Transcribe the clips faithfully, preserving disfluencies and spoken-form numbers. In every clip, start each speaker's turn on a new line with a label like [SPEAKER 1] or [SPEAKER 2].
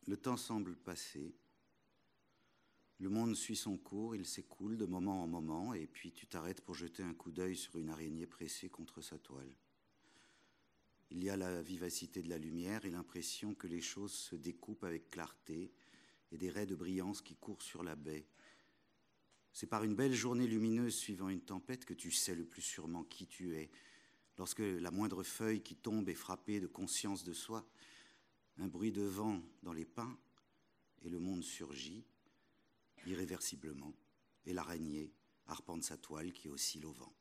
[SPEAKER 1] Le temps semble passer. Le monde suit son cours, il s'écoule de moment en moment, et puis tu t'arrêtes pour jeter un coup d'œil sur une araignée pressée contre sa toile. Il y a la vivacité de la lumière et l'impression que les choses se découpent avec clarté et des raies de brillance qui courent sur la baie. C'est par une belle journée lumineuse suivant une tempête que tu sais le plus sûrement qui tu es. Lorsque la moindre feuille qui tombe est frappée de conscience de soi, un bruit de vent dans les pins, et le monde surgit irréversiblement, et l'araignée arpente sa toile qui oscille au vent.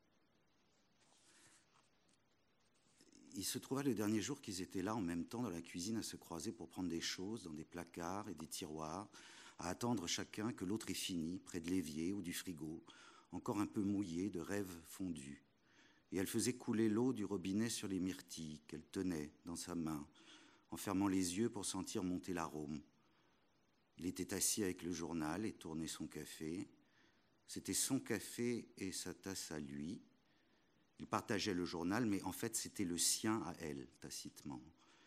[SPEAKER 1] Il se trouva le dernier jour qu'ils étaient là en même temps dans la cuisine à se croiser pour prendre des choses dans des placards et des tiroirs, à attendre chacun que l'autre ait fini, près de l'évier ou du frigo, encore un peu mouillé de rêves fondus. Et elle faisait couler l'eau du robinet sur les myrtilles qu'elle tenait dans sa main, en fermant les yeux pour sentir monter l'arôme. Il était assis avec le journal et tournait son café. C'était son café et sa tasse à lui. Il partageait le journal, mais en fait, c'était le sien à elle, tacitement.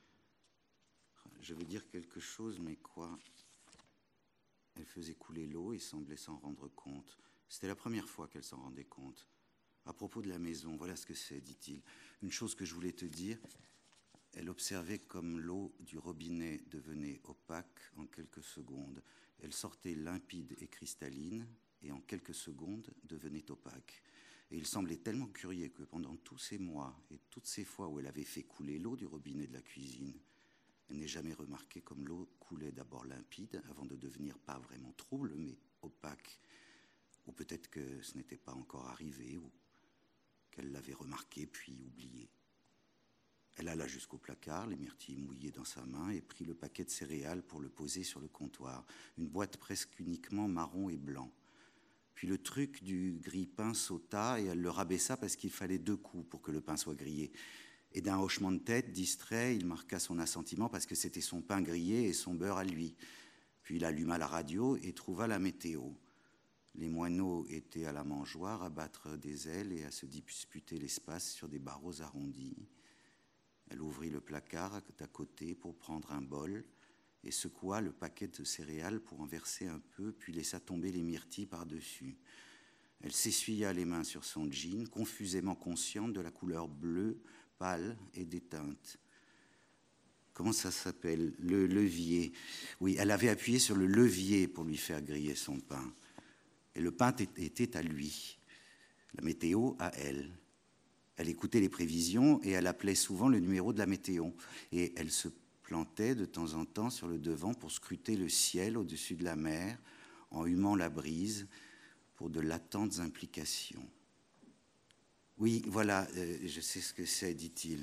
[SPEAKER 1] Je veux dire quelque chose, mais quoi ? Elle faisait couler l'eau et semblait s'en rendre compte. C'était la première fois qu'elle s'en rendait compte. À propos de la maison, voilà ce que c'est, dit-il. Une chose que je voulais te dire, elle observait comme l'eau du robinet devenait opaque en quelques secondes. Elle sortait limpide et cristalline, et en quelques secondes devenait opaque. Et il semblait tellement curieux que pendant tous ces mois et toutes ces fois où elle avait fait couler l'eau du robinet de la cuisine, elle n'ait jamais remarqué comme l'eau coulait d'abord limpide avant de devenir pas vraiment trouble, mais opaque. Ou peut-être que ce n'était pas encore arrivé, ou qu'elle l'avait remarqué puis oublié. Elle alla jusqu'au placard, les myrtilles mouillées dans sa main, et prit le paquet de céréales pour le poser sur le comptoir, une boîte presque uniquement marron et blanc. Puis le truc du grille-pain sauta et elle le rabaissa parce qu'il fallait deux coups pour que le pain soit grillé. Et d'un hochement de tête, distrait, il marqua son assentiment parce que c'était son pain grillé et son beurre à lui. Puis il alluma la radio et trouva la météo. Les moineaux étaient à la mangeoire à battre des ailes et à se disputer l'espace sur des barreaux arrondis. Elle ouvrit le placard d'à côté pour prendre un bol et secoua le paquet de céréales pour en verser un peu, puis laissa tomber les myrtilles par-dessus. Elle s'essuya les mains sur son jean, confusément consciente de la couleur bleue, pâle et déteinte. Comment ça s'appelle ? Le levier. Oui, elle avait appuyé sur le levier pour lui faire griller son pain. Et le pain était à lui, la météo à elle. Elle écoutait les prévisions et elle appelait souvent le numéro de la météo. Et elle se plantait de temps en temps sur le devant pour scruter le ciel au-dessus de la mer, en humant la brise pour de latentes implications. Oui, voilà, euh, je sais ce que c'est, dit-il.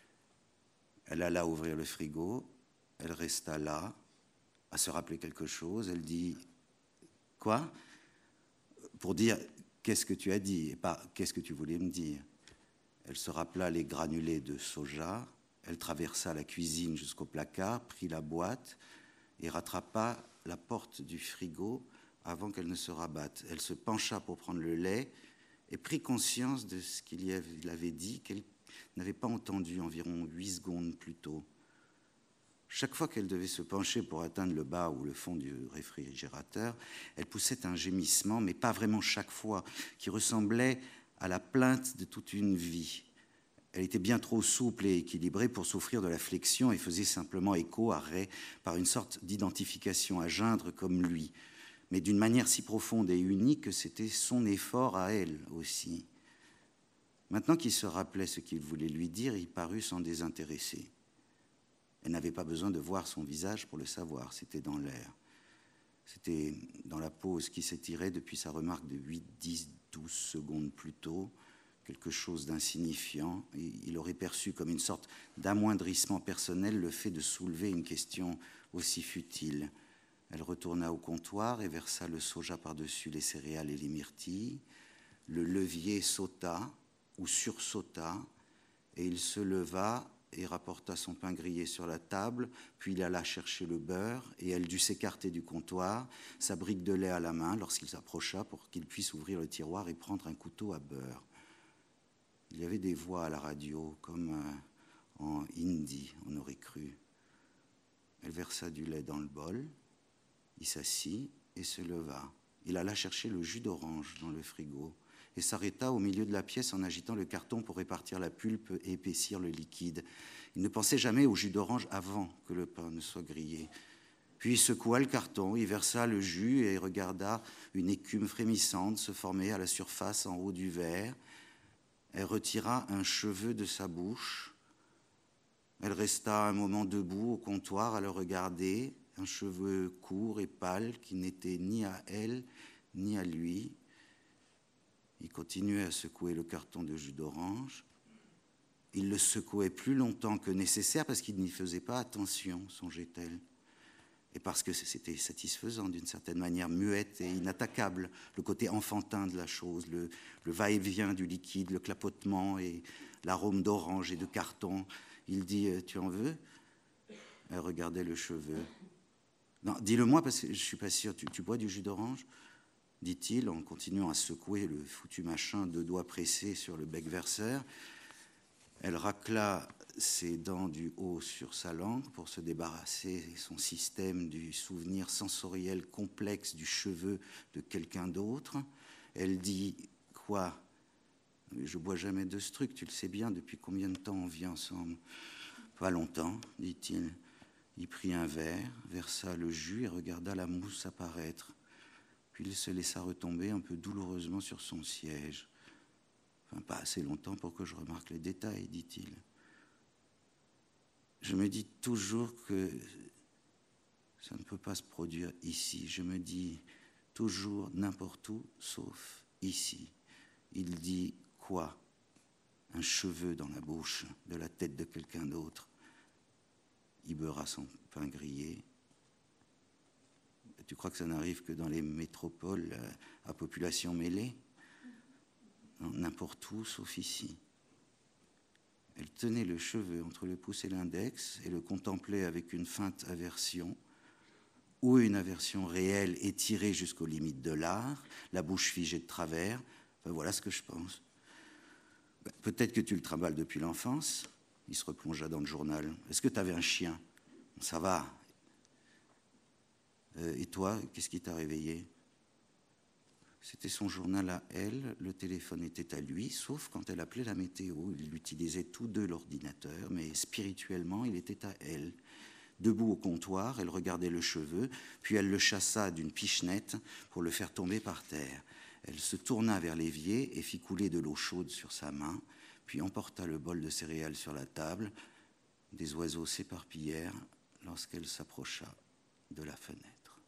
[SPEAKER 1] Elle alla ouvrir le frigo, elle resta là, à se rappeler quelque chose. Elle dit « Quoi ?» pour dire « Qu'est-ce que tu as dit ?» et pas « Qu'est-ce que tu voulais me dire ?» Elle se rappela les granulés de soja. Elle traversa la cuisine jusqu'au placard, prit la boîte et rattrapa la porte du frigo avant qu'elle ne se rabatte. Elle se pencha pour prendre le lait et prit conscience de ce qu'il avait dit, qu'elle n'avait pas entendu environ huit secondes plus tôt. Chaque fois qu'elle devait se pencher pour atteindre le bas ou le fond du réfrigérateur, elle poussait un gémissement, mais pas vraiment chaque fois, qui ressemblait à la plainte de toute une vie. Elle était bien trop souple et équilibrée pour souffrir de la flexion et faisait simplement écho à Ray par une sorte d'identification à geindre comme lui, mais d'une manière si profonde et unique que c'était son effort à elle aussi. Maintenant qu'il se rappelait ce qu'il voulait lui dire, il parut s'en désintéresser. Elle n'avait pas besoin de voir son visage pour le savoir, c'était dans l'air. C'était dans la pause qui s'étirait depuis sa remarque de huit, dix, douze secondes plus tôt, quelque chose d'insignifiant, et il aurait perçu comme une sorte d'amoindrissement personnel le fait de soulever une question aussi futile. Elle retourna au comptoir et versa le soja par-dessus les céréales et les myrtilles. Le levier sauta ou sursauta, et il se leva et rapporta son pain grillé sur la table, puis il alla chercher le beurre, et elle dut s'écarter du comptoir, sa brique de lait à la main, lorsqu'il s'approcha pour qu'il puisse ouvrir le tiroir et prendre un couteau à beurre. Il y avait des voix à la radio, comme euh, en hindi, on aurait cru. Elle versa du lait dans le bol, il s'assit et se leva. Il alla chercher le jus d'orange dans le frigo et s'arrêta au milieu de la pièce en agitant le carton pour répartir la pulpe et épaissir le liquide. Il ne pensait jamais au jus d'orange avant que le pain ne soit grillé. Puis il secoua le carton, il versa le jus et regarda une écume frémissante se former à la surface en haut du verre. Elle retira un cheveu de sa bouche. Elle resta un moment debout au comptoir à le regarder, un cheveu court et pâle qui n'était ni à elle ni à lui. Il continuait à secouer le carton de jus d'orange. Il le secouait plus longtemps que nécessaire parce qu'il n'y faisait pas attention, songeait-elle. Et parce que c'était satisfaisant d'une certaine manière, muette et inattaquable, le côté enfantin de la chose, le, le va-et-vient du liquide, le clapotement et l'arôme d'orange et de carton. Il dit « Tu en veux ?» Elle regardait le cheveu. « Non, dis-le-moi parce que je ne suis pas sûre. Tu, tu bois du jus d'orange ?» dit-il en continuant à secouer le foutu machin, deux doigts pressés sur le bec verseur. Elle racla ses dents du haut sur sa langue pour se débarrasser son système du souvenir sensoriel complexe du cheveu de quelqu'un d'autre. Elle dit « Quoi ? Je bois jamais de ce truc, tu le sais bien, depuis combien de temps on vit ensemble ?»« Pas longtemps, dit-il. » Il prit un verre, versa le jus et regarda la mousse apparaître. Puis il se laissa retomber un peu douloureusement sur son siège. Enfin, pas assez longtemps pour que je remarque les détails, dit-il. Je me dis toujours que ça ne peut pas se produire ici. Je me dis toujours n'importe où, sauf ici. Il dit quoi ? Un cheveu dans la bouche de la tête de quelqu'un d'autre. Il beurra son pain grillé. Tu crois que ça n'arrive que dans les métropoles à population mêlée ? N'importe où, sauf ici. Elle tenait le cheveu entre le pouce et l'index et le contemplait avec une feinte aversion, ou une aversion réelle étirée jusqu'aux limites de l'art, la bouche figée de travers. Enfin, voilà ce que je pense. Ben, peut-être que tu le trimbales depuis l'enfance. Il se replongea dans le journal. Est-ce que tu avais un chien ? Ça va. Euh, et toi, qu'est-ce qui t'a réveillé ? C'était son journal à elle, le téléphone était à lui, sauf quand elle appelait la météo. Ils utilisaient tous deux l'ordinateur, mais spirituellement, il était à elle. Debout au comptoir, elle regardait le cheveu, puis elle le chassa d'une pichenette pour le faire tomber par terre. Elle se tourna vers l'évier et fit couler de l'eau chaude sur sa main, puis emporta le bol de céréales sur la table. Des oiseaux s'éparpillèrent lorsqu'elle s'approcha de la fenêtre.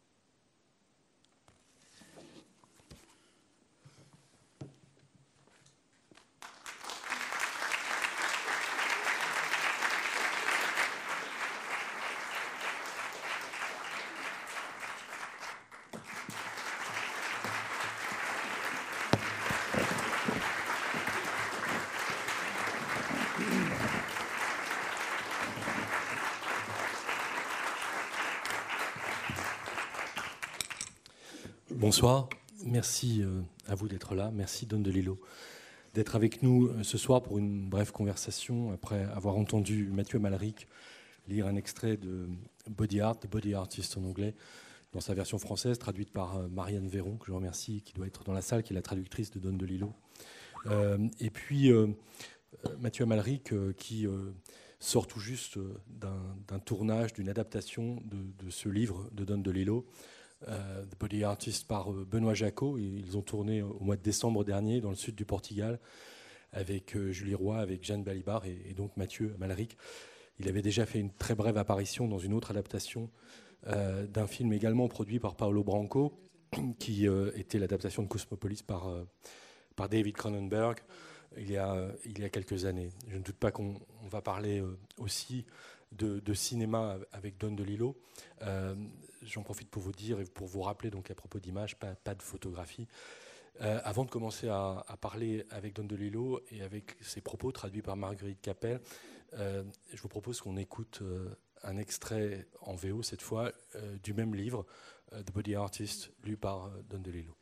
[SPEAKER 2] Bonsoir, merci à vous d'être là, merci Don DeLillo d'être avec nous ce soir pour une brève conversation après avoir entendu Mathieu Amalric lire un extrait de Body Art, The Body Artist en anglais, dans sa version française, traduite par Marianne Véron, que je remercie, qui doit être dans la salle, qui est la traductrice de Don DeLillo. Euh, et puis euh, Mathieu Amalric euh, qui euh, sort tout juste d'un, d'un tournage, d'une adaptation de, de ce livre de Don DeLillo, Uh, The Body Artist par uh, Benoît Jacot. Ils ont tourné au mois de décembre dernier dans le sud du Portugal avec uh, Julie Roy, avec Jeanne Balibar et, et donc Mathieu Amalric. Il avait déjà fait une très brève apparition dans une autre adaptation uh, d'un film également produit par Paolo Branco qui uh, était l'adaptation de Cosmopolis par, uh, par David Cronenberg il y, a, uh, il y a quelques années. Je ne doute pas qu'on on va parler uh, aussi de, de cinéma avec Don DeLillo. Euh, J'en profite pour vous dire et pour vous rappeler, donc à propos d'images, pas, pas de photographie. Euh, avant de commencer à, à parler avec Don DeLillo et avec ses propos traduits par Marguerite Capel, euh, je vous propose qu'on écoute euh, un extrait en V O cette fois euh, du même livre, euh, The Body Artist, lu par euh, Don DeLillo.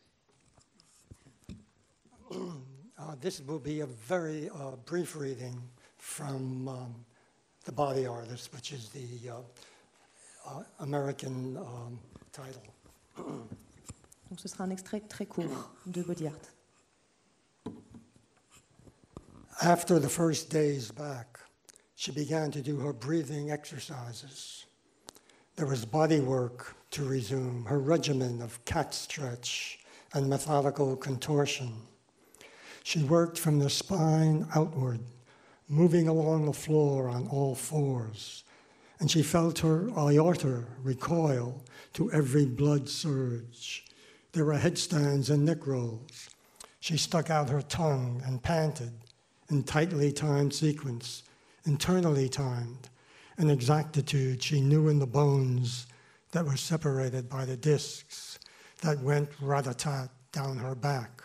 [SPEAKER 3] Uh, this will be a very uh, brief reading from um, The Body Artist, which is the uh, uh, American um, title.
[SPEAKER 4] Donc ce sera un extrait très court de Body Art.
[SPEAKER 3] After the first days back, she began to do her breathing exercises. There was body work to resume, her regimen of cat stretch and methodical contortion. She worked from the spine outward, moving along the floor on all fours, and she felt her aorta recoil to every blood surge. There were headstands and neck rolls. She stuck out her tongue and panted in tightly timed sequence, internally timed, an exactitude she knew in the bones that were separated by the discs that went rat-a-tat down her back.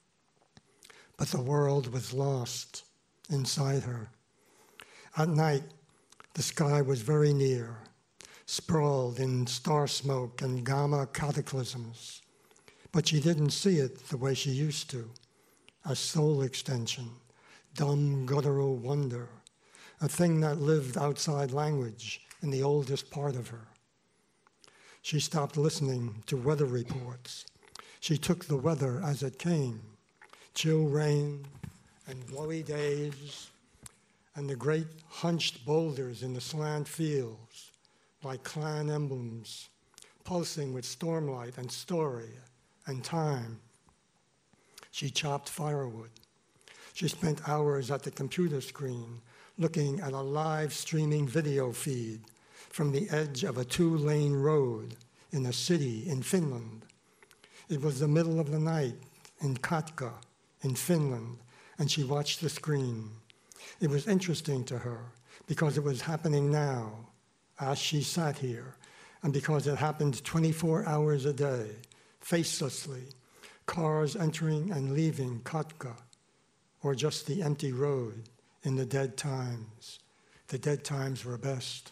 [SPEAKER 3] But the world was lost inside her. At night, the sky was very near, sprawled in star smoke and gamma cataclysms. But she didn't see it the way she used to, a soul extension, dumb guttural wonder, a thing that lived outside language in the oldest part of her. She stopped listening to weather reports. She took the weather as it came, chill rain and blowy days, and the great hunched boulders in the slant fields, like clan emblems, pulsing with stormlight and story and time. She chopped firewood. She spent hours at the computer screen looking at a live streaming video feed from the edge of a two-lane road in a city in Finland. It was the middle of the night in Kotka, in Finland, and she watched the screen. It was interesting to her because it was happening now as she sat here, and because it happened twenty-four hours a day, facelessly, cars entering and leaving Kotka, or just the empty road in the dead times. The dead times were best.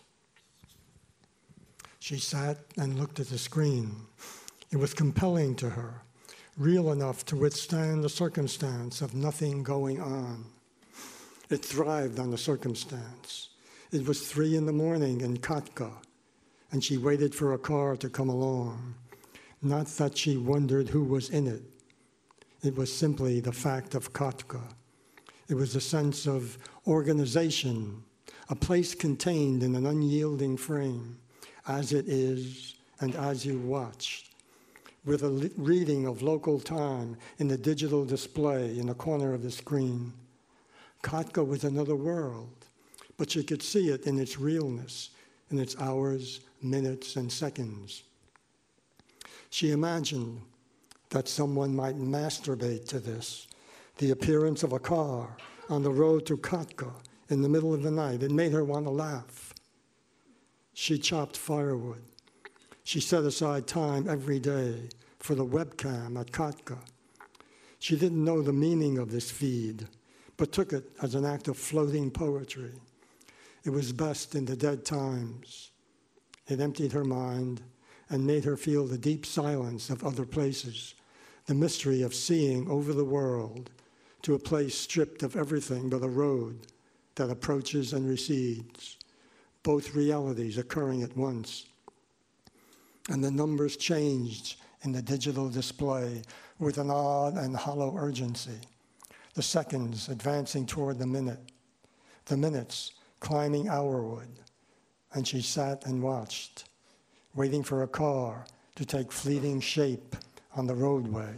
[SPEAKER 3] She sat and looked at the screen. It was compelling to her, real enough to withstand the circumstance of nothing going on. It thrived on the circumstance. It was three in the morning in Kotka, and she waited for a car to come along. Not that she wondered who was in it. It was simply the fact of Kotka. It was a sense of organization, a place contained in an unyielding frame, as it is and as you watched, with a li- reading of local time in the digital display in the corner of the screen. Kotka was another world, but she could see it in its realness, in its hours, minutes, and seconds. She imagined that someone might masturbate to this, the appearance of a car on the road to Kotka in the middle of the night. It made her want to laugh. She chopped firewood. She set aside time every day for the webcam at Kotka. She didn't know the meaning of this feed, but took it as an act of floating poetry. It was best in the dead times. It emptied her mind and made her feel the deep silence of other places, the mystery of seeing over the world to a place stripped of everything but a road that approaches and recedes, both realities occurring at once. And the numbers changed in the digital display with an odd and hollow urgency, the seconds advancing toward the minute, the minutes climbing hourward, and she sat and watched, waiting for a car to take fleeting shape on the roadway.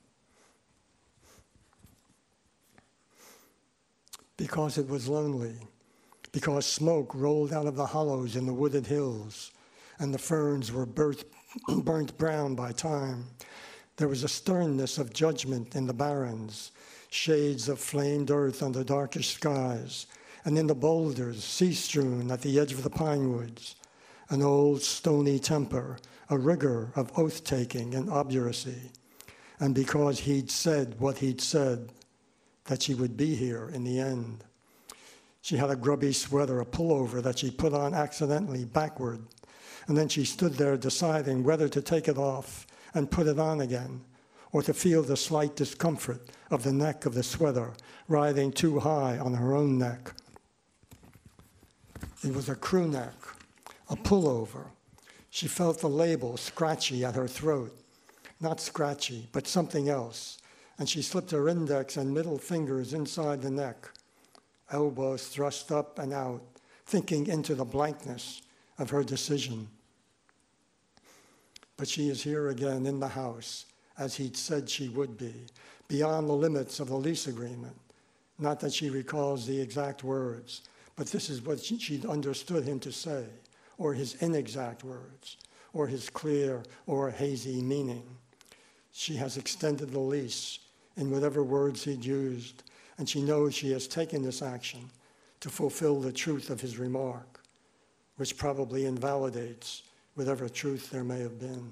[SPEAKER 3] Because it was lonely, because smoke rolled out of the hollows in the wooded hills, and the ferns were burnt, burnt brown by time. There was a sternness of judgment in the barrens, shades of flamed earth under darkish skies, and in the boulders, sea-strewn at the edge of the pine woods, an old stony temper, a rigor of oath-taking and obduracy. And because he'd said what he'd said, that she would be here in the end. She had a grubby sweater, a pullover that she put on accidentally backward, and then she stood there deciding whether to take it off and put it on again, or to feel the slight discomfort of the neck of the sweater riding too high on her own neck. It was a crew neck, a pullover, She felt the label scratchy at her throat. Not scratchy, but something else. And she slipped her index and middle fingers inside the neck, elbows thrust up and out, thinking into the blankness of her decision. But she is here again in the house, as he'd said she would be, beyond the limits of the lease agreement. Not that she recalls the exact words, but this is what she'd understood him to say, or his inexact words, or his clear or hazy meaning. She has extended the lease in whatever words he'd used, and she knows she has taken this action to fulfill the truth of his remark, which probably invalidates whatever truth there may have been.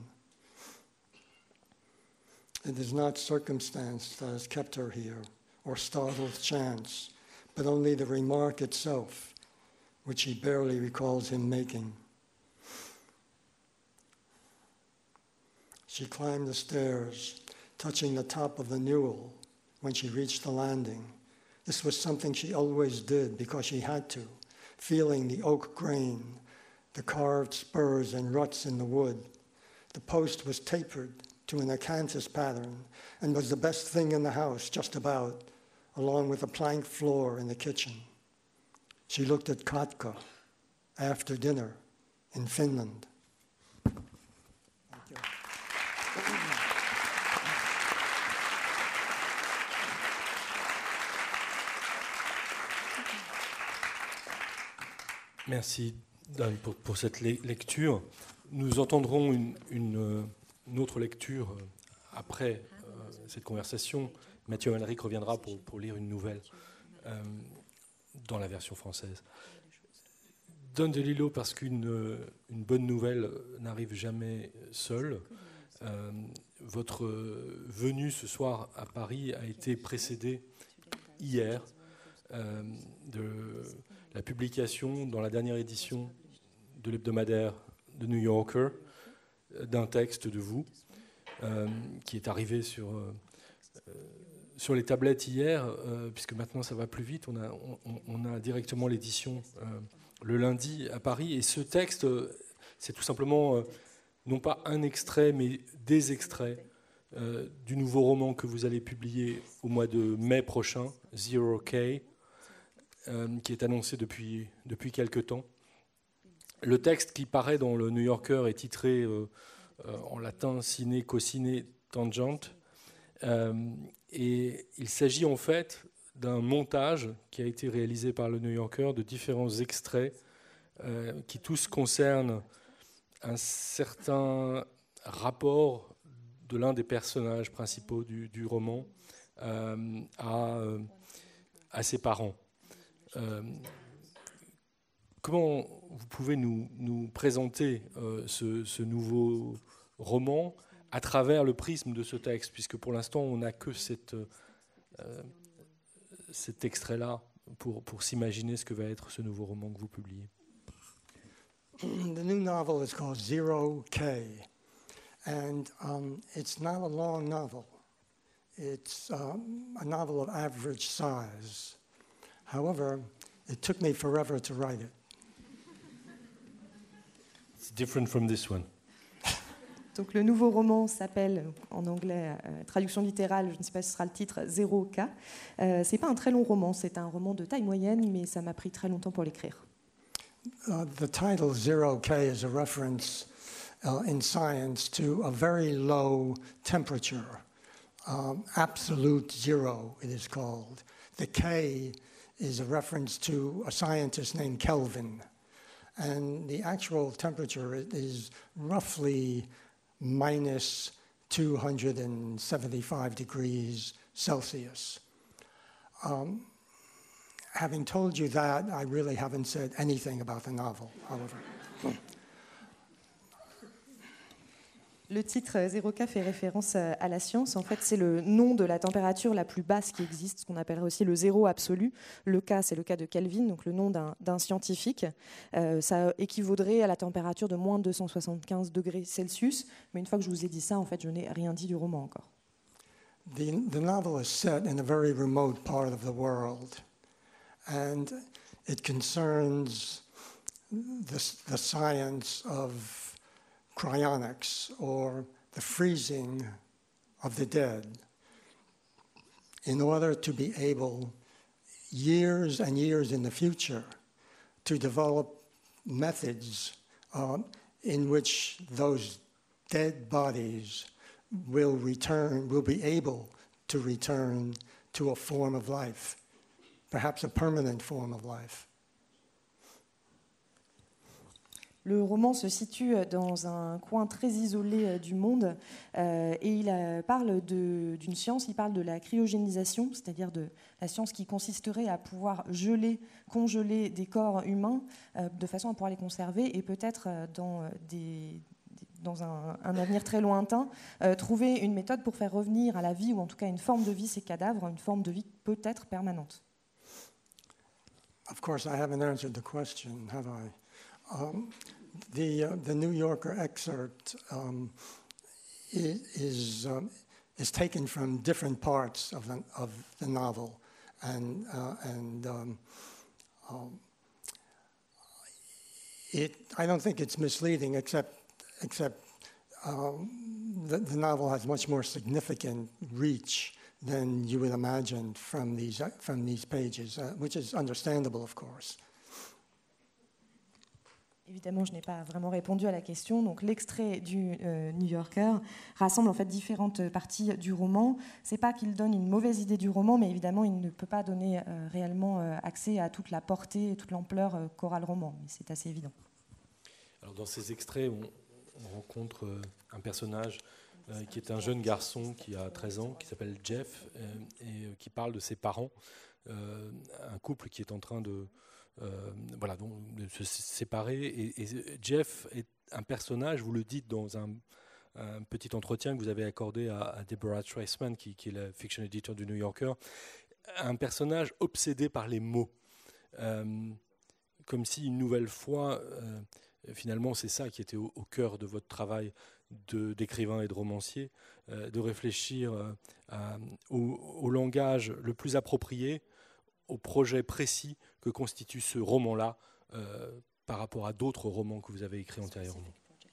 [SPEAKER 3] It is not circumstance that has kept her here, or startled chance, but only the remark itself, which she barely recalls him making. She climbed the stairs, touching the top of the newel when she reached the landing. This was something she always did because she had to, feeling the oak grain, the carved spurs and ruts in the wood. The post was tapered to an acanthus pattern and was the best thing in the house, just about, along with a plank floor in the kitchen. She looked at Katka after dinner in Finland. Thank you.
[SPEAKER 2] Merci Dan pour, pour cette le- lecture. Nous entendrons une, une, une autre lecture après euh, cette conversation. Mathieu Amalric reviendra pour, pour lire une nouvelle euh, dans la version française. Don DeLillo, parce qu'une une bonne nouvelle n'arrive jamais seule. Euh, votre venue ce soir à Paris a été précédée hier euh, de la publication dans la dernière édition de l'hebdomadaire de New Yorker d'un texte de vous euh, qui est arrivé sur, euh, sur les tablettes hier, euh, puisque maintenant ça va plus vite. On a, on, on a directement l'édition euh, le lundi à Paris. Et ce texte, euh, c'est tout simplement, euh, non pas un extrait, mais des extraits euh, du nouveau roman que vous allez publier au mois de mai prochain, Zero K, euh, qui est annoncé depuis, depuis quelque temps. Le texte qui paraît dans le New Yorker est titré euh, euh, en latin Sine Cosine Tangent. Euh, et il s'agit en fait d'un montage qui a été réalisé par le New Yorker de différents extraits euh, qui tous concernent un certain rapport de l'un des personnages principaux du, du roman euh, à, à ses parents. Euh, comment vous pouvez nous, nous présenter euh, ce, ce nouveau roman à travers le prisme de ce texte, puisque pour l'instant on n'a que cette, euh, cet extrait-là pour, pour s'imaginer ce que va être ce nouveau roman que vous publiez.
[SPEAKER 3] The new novel is called Zero K, and um, it's not a long novel. It's um, a novel of average size. However, it took me forever to write it.
[SPEAKER 2] It's different from this one.
[SPEAKER 4] Donc le nouveau roman s'appelle, en anglais, euh, traduction littérale, je ne sais pas si ce sera le titre, Zero K. Euh, c'est pas un très long roman, c'est un roman de taille moyenne, mais ça m'a pris très longtemps pour l'écrire.
[SPEAKER 3] Uh, the title Zero K is a reference uh, in science to a very low temperature, um, absolute zero it is called. The K is a reference to a scientist named Kelvin, and the actual temperature is roughly minus two hundred seventy-five degrees Celsius. Um, having told you that, I really haven't said anything about the novel, however.
[SPEAKER 4] Le titre Zero K fait référence à la science. En fait, c'est le nom de la température la plus basse qui existe, ce qu'on appellerait aussi le zéro absolu. Le K, c'est le cas de Kelvin, donc le nom d'un, d'un scientifique. Euh, ça équivaudrait à la température de moins deux cent soixante-quinze degrés Celsius. Mais une fois que je vous ai dit ça, en fait, je n'ai rien dit du roman encore.
[SPEAKER 3] The, the novel is set in a very remote part of the world, and it concerns the, the science of cryonics or the freezing of the dead in order to be able, years and years in the future, to develop methods uh, in which those dead bodies will return, will be able to return to a form of life, perhaps a permanent form of life.
[SPEAKER 4] Le roman se situe dans un coin très isolé du monde euh, et il euh, parle d'une science, il parle de la cryogénisation, c'est-à-dire de la science qui consisterait à pouvoir geler, congeler des corps humains euh, de façon à pouvoir les conserver et peut-être euh, dans, des, dans un, un avenir très lointain, euh, trouver une méthode pour faire revenir à la vie ou en tout cas une forme de vie ces cadavres, une forme de vie peut-être permanente.
[SPEAKER 3] Of course, I haven't answered the question, have I? Um, the uh, the New Yorker excerpt um, is is, um, is taken from different parts of the of the novel, and uh, and um, um, it. I don't think it's misleading, except except um, the, the novel has much more significant reach than you would imagine from these uh, from these pages, uh, which is understandable, of course.
[SPEAKER 4] Évidemment, je n'ai pas vraiment répondu à la question. Donc, l'extrait du euh, New Yorker rassemble en fait différentes parties du roman. C'est pas qu'il donne une mauvaise idée du roman, mais évidemment, il ne peut pas donner euh, réellement euh, accès à toute la portée et toute l'ampleur euh, qu'aura le roman. Mais c'est assez évident.
[SPEAKER 2] Alors, dans ces extraits, on, on rencontre euh, un personnage euh, qui est un jeune garçon qui a treize ans, qui s'appelle Jeff, euh, et euh, qui parle de ses parents, euh, un couple qui est en train de Euh, voilà, donc, de se séparer. Et, et Jeff est un personnage, vous le dites dans un, un petit entretien que vous avez accordé à, à Deborah Treisman, qui, qui est la fiction editor du New Yorker, un personnage obsédé par les mots. Euh, comme si une nouvelle fois, euh, finalement, c'est ça qui était au, au cœur de votre travail de, d'écrivain et de romancier, euh, de réfléchir euh, à, au, au langage le plus approprié, au projet précis que constitue ce roman-là euh, par rapport à d'autres romans que vous avez écrits antérieurement.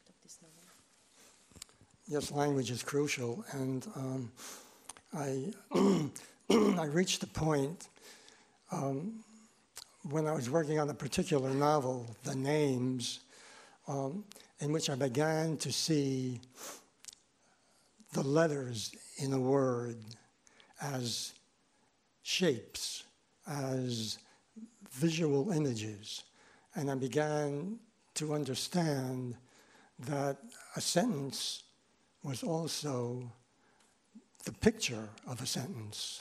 [SPEAKER 3] Yes, language is crucial, and um, I I reached a point um, when I was working on a particular novel, The Names, um, in which I began to see the letters in a word as shapes, as visual images, and I began to understand that a sentence was also the picture of a sentence.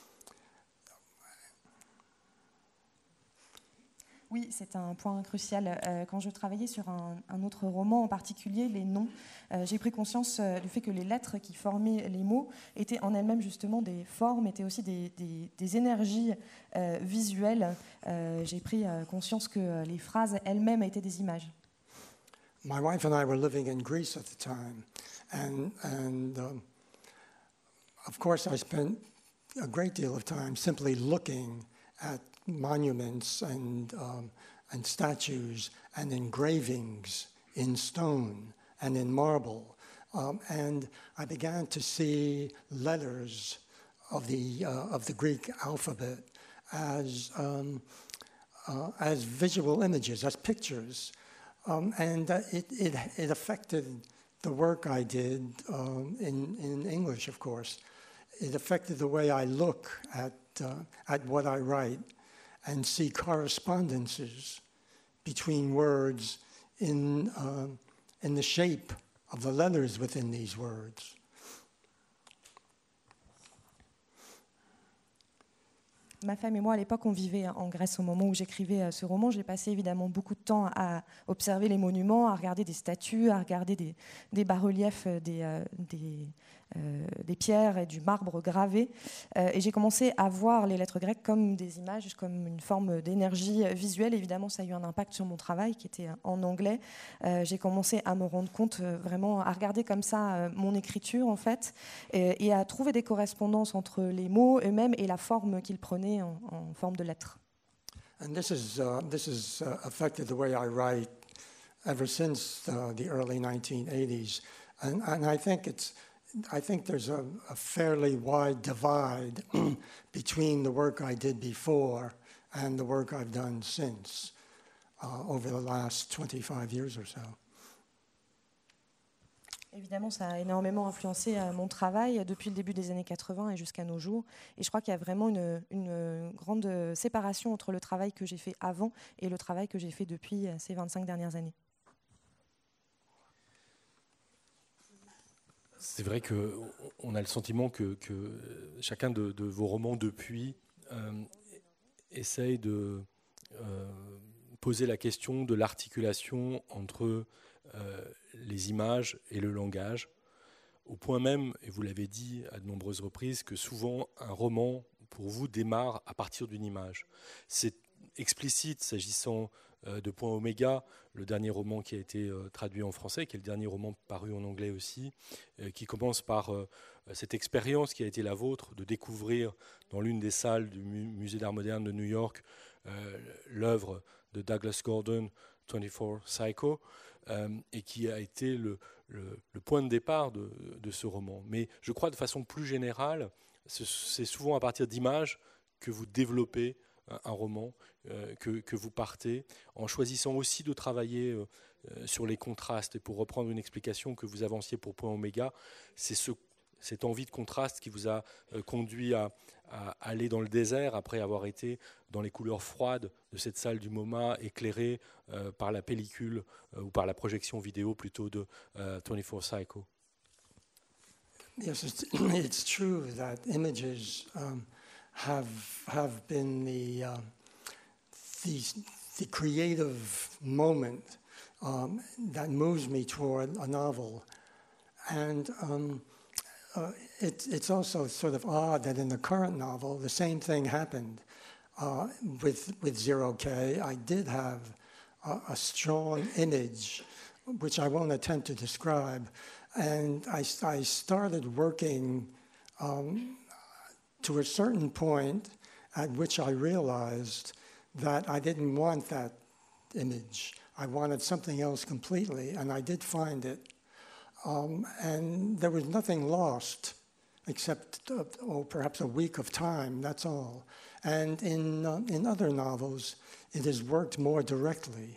[SPEAKER 4] Oui, c'est un point crucial. Euh, quand je travaillais sur un, un autre roman, en particulier les noms, euh, j'ai pris conscience euh, du fait que les lettres qui formaient les mots étaient en elles-mêmes justement des formes, étaient aussi des, des, des énergies euh, visuelles. Euh, j'ai pris euh, conscience que les phrases elles-mêmes étaient des images.
[SPEAKER 3] My wife and I were living in Greece at the time, and, and um, of course I spent a great deal of time simply looking at monuments and um, and statues and engravings in stone and in marble, um, and I began to see letters of the uh, of the Greek alphabet as um, uh, as visual images, as pictures, um, and uh, it, it it affected the work I did um, in in English, of course. It affected the way I look at uh, at what I write, and see correspondences between words in, uh, in the shape of the letters within these words.
[SPEAKER 4] Ma femme et moi, à l'époque, on vivait en Grèce au moment où j'écrivais ce roman. J'ai passé évidemment beaucoup de temps à observer les monuments, à regarder des statues, à regarder des, des bas-reliefs, des, euh, des, euh, des pierres et du marbre gravé. Euh, et j'ai commencé à voir les lettres grecques comme des images, comme une forme d'énergie visuelle. Évidemment, ça a eu un impact sur mon travail qui était en anglais. Euh, j'ai commencé à me rendre compte, euh, vraiment, à regarder comme ça euh, mon écriture, en fait, et, et à trouver des correspondances entre les mots eux-mêmes et la forme qu'ils prenaient En, en forme de lettres.
[SPEAKER 3] And this is uh, this has uh, affected the way I write ever since uh, the early nineteen eighties. And, and I think it's, I think there's a, a fairly wide divide between the work I did before and the work I've done since uh, over the last twenty-five years or so.
[SPEAKER 4] Évidemment, ça a énormément influencé euh, mon travail depuis le début des années quatre-vingts et jusqu'à nos jours. Et je crois qu'il y a vraiment une, une grande séparation entre le travail que j'ai fait avant et le travail que j'ai fait depuis euh, ces vingt-cinq dernières années.
[SPEAKER 2] C'est vrai qu'on a le sentiment que, que chacun de, de vos romans depuis euh, essaye de euh, poser la question de l'articulation entre euh, les images et le langage, au point même, et vous l'avez dit à de nombreuses reprises, que souvent un roman, pour vous, démarre à partir d'une image. C'est explicite s'agissant euh, de Point Oméga, le dernier roman qui a été euh, traduit en français, qui est le dernier roman paru en anglais aussi, euh, qui commence par euh, cette expérience qui a été la vôtre de découvrir dans l'une des salles du mu- Musée d'Art moderne de New York euh, l'œuvre de Douglas Gordon, vingt-quatre Psycho, euh, et qui a été le, le, le point de départ de, de ce roman. Mais je crois de façon plus générale, c'est souvent à partir d'images que vous développez un roman, euh, que, que vous partez, en choisissant aussi de travailler euh, sur les contrastes. Et pour reprendre une explication que vous avanciez pour Point Oméga, c'est ce, cette envie de contraste qui vous a euh, conduit à, à aller dans le désert après avoir été dans les couleurs froides de cette salle du MoMA, éclairée euh, par la pellicule euh, ou par la projection vidéo plutôt de euh, vingt-quatre Psycho.
[SPEAKER 3] Yes, it's, it's true that images um, have have been the uh, the, the creative moment um, that moves me toward a novel, and um, uh, it, it's also sort of odd that in the current novel the same thing happened uh, with with Zero K. I did have a, a strong image, which I won't attempt to describe. And I, I started working um, to a certain point at which I realized that I didn't want that image. I wanted something else completely, and I did find it. Um, and there was nothing lost except, uh, oh, perhaps a week of time, that's all. And in, uh, in other novels, it has worked more directly.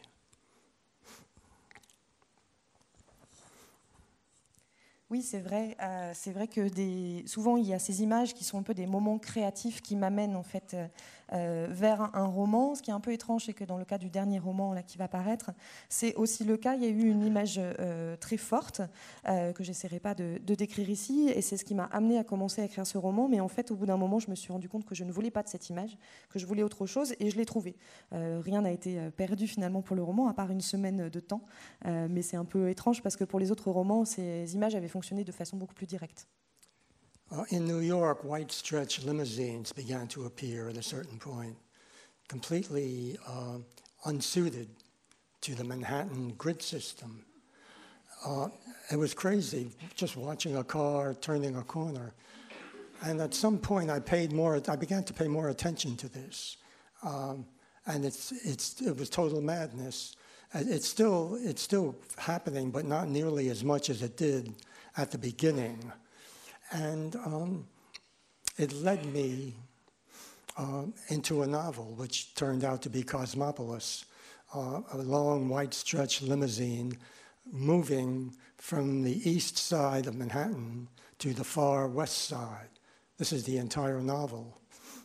[SPEAKER 4] Oui, c'est vrai. Euh, c'est vrai que des... souvent il y a ces images qui sont un peu des moments créatifs qui m'amènent en fait euh, vers un, un roman. Ce qui est un peu étrange, c'est que dans le cas du dernier roman là qui va paraître, c'est aussi le cas. Il y a eu une image euh, très forte euh, que j'essaierai pas de, de décrire ici, et c'est ce qui m'a amené à commencer à écrire ce roman. Mais en fait, au bout d'un moment, je me suis rendu compte que je ne voulais pas de cette image, que je voulais autre chose, et je l'ai trouvée. Euh, rien n'a été perdu finalement pour le roman, à part une semaine de temps. Euh, mais c'est un peu étrange parce que pour les autres romans, ces images avaient fonctionné de façon beaucoup plus directe.
[SPEAKER 3] Uh, in New York, white stretch limousines began to appear at a certain point, completely uh, unsuited to the Manhattan grid system. Uh, it was crazy, just watching a car turning a corner. And at some point, I paid more. I began to pay more attention to this, um, and it's it's it was total madness. It's still it's still happening, but not nearly as much as it did at the beginning. And um, it led me uh, into a novel, which turned out to be Cosmopolis, uh, a long white stretch limousine moving from the east side of Manhattan to the far west side. This is the entire novel.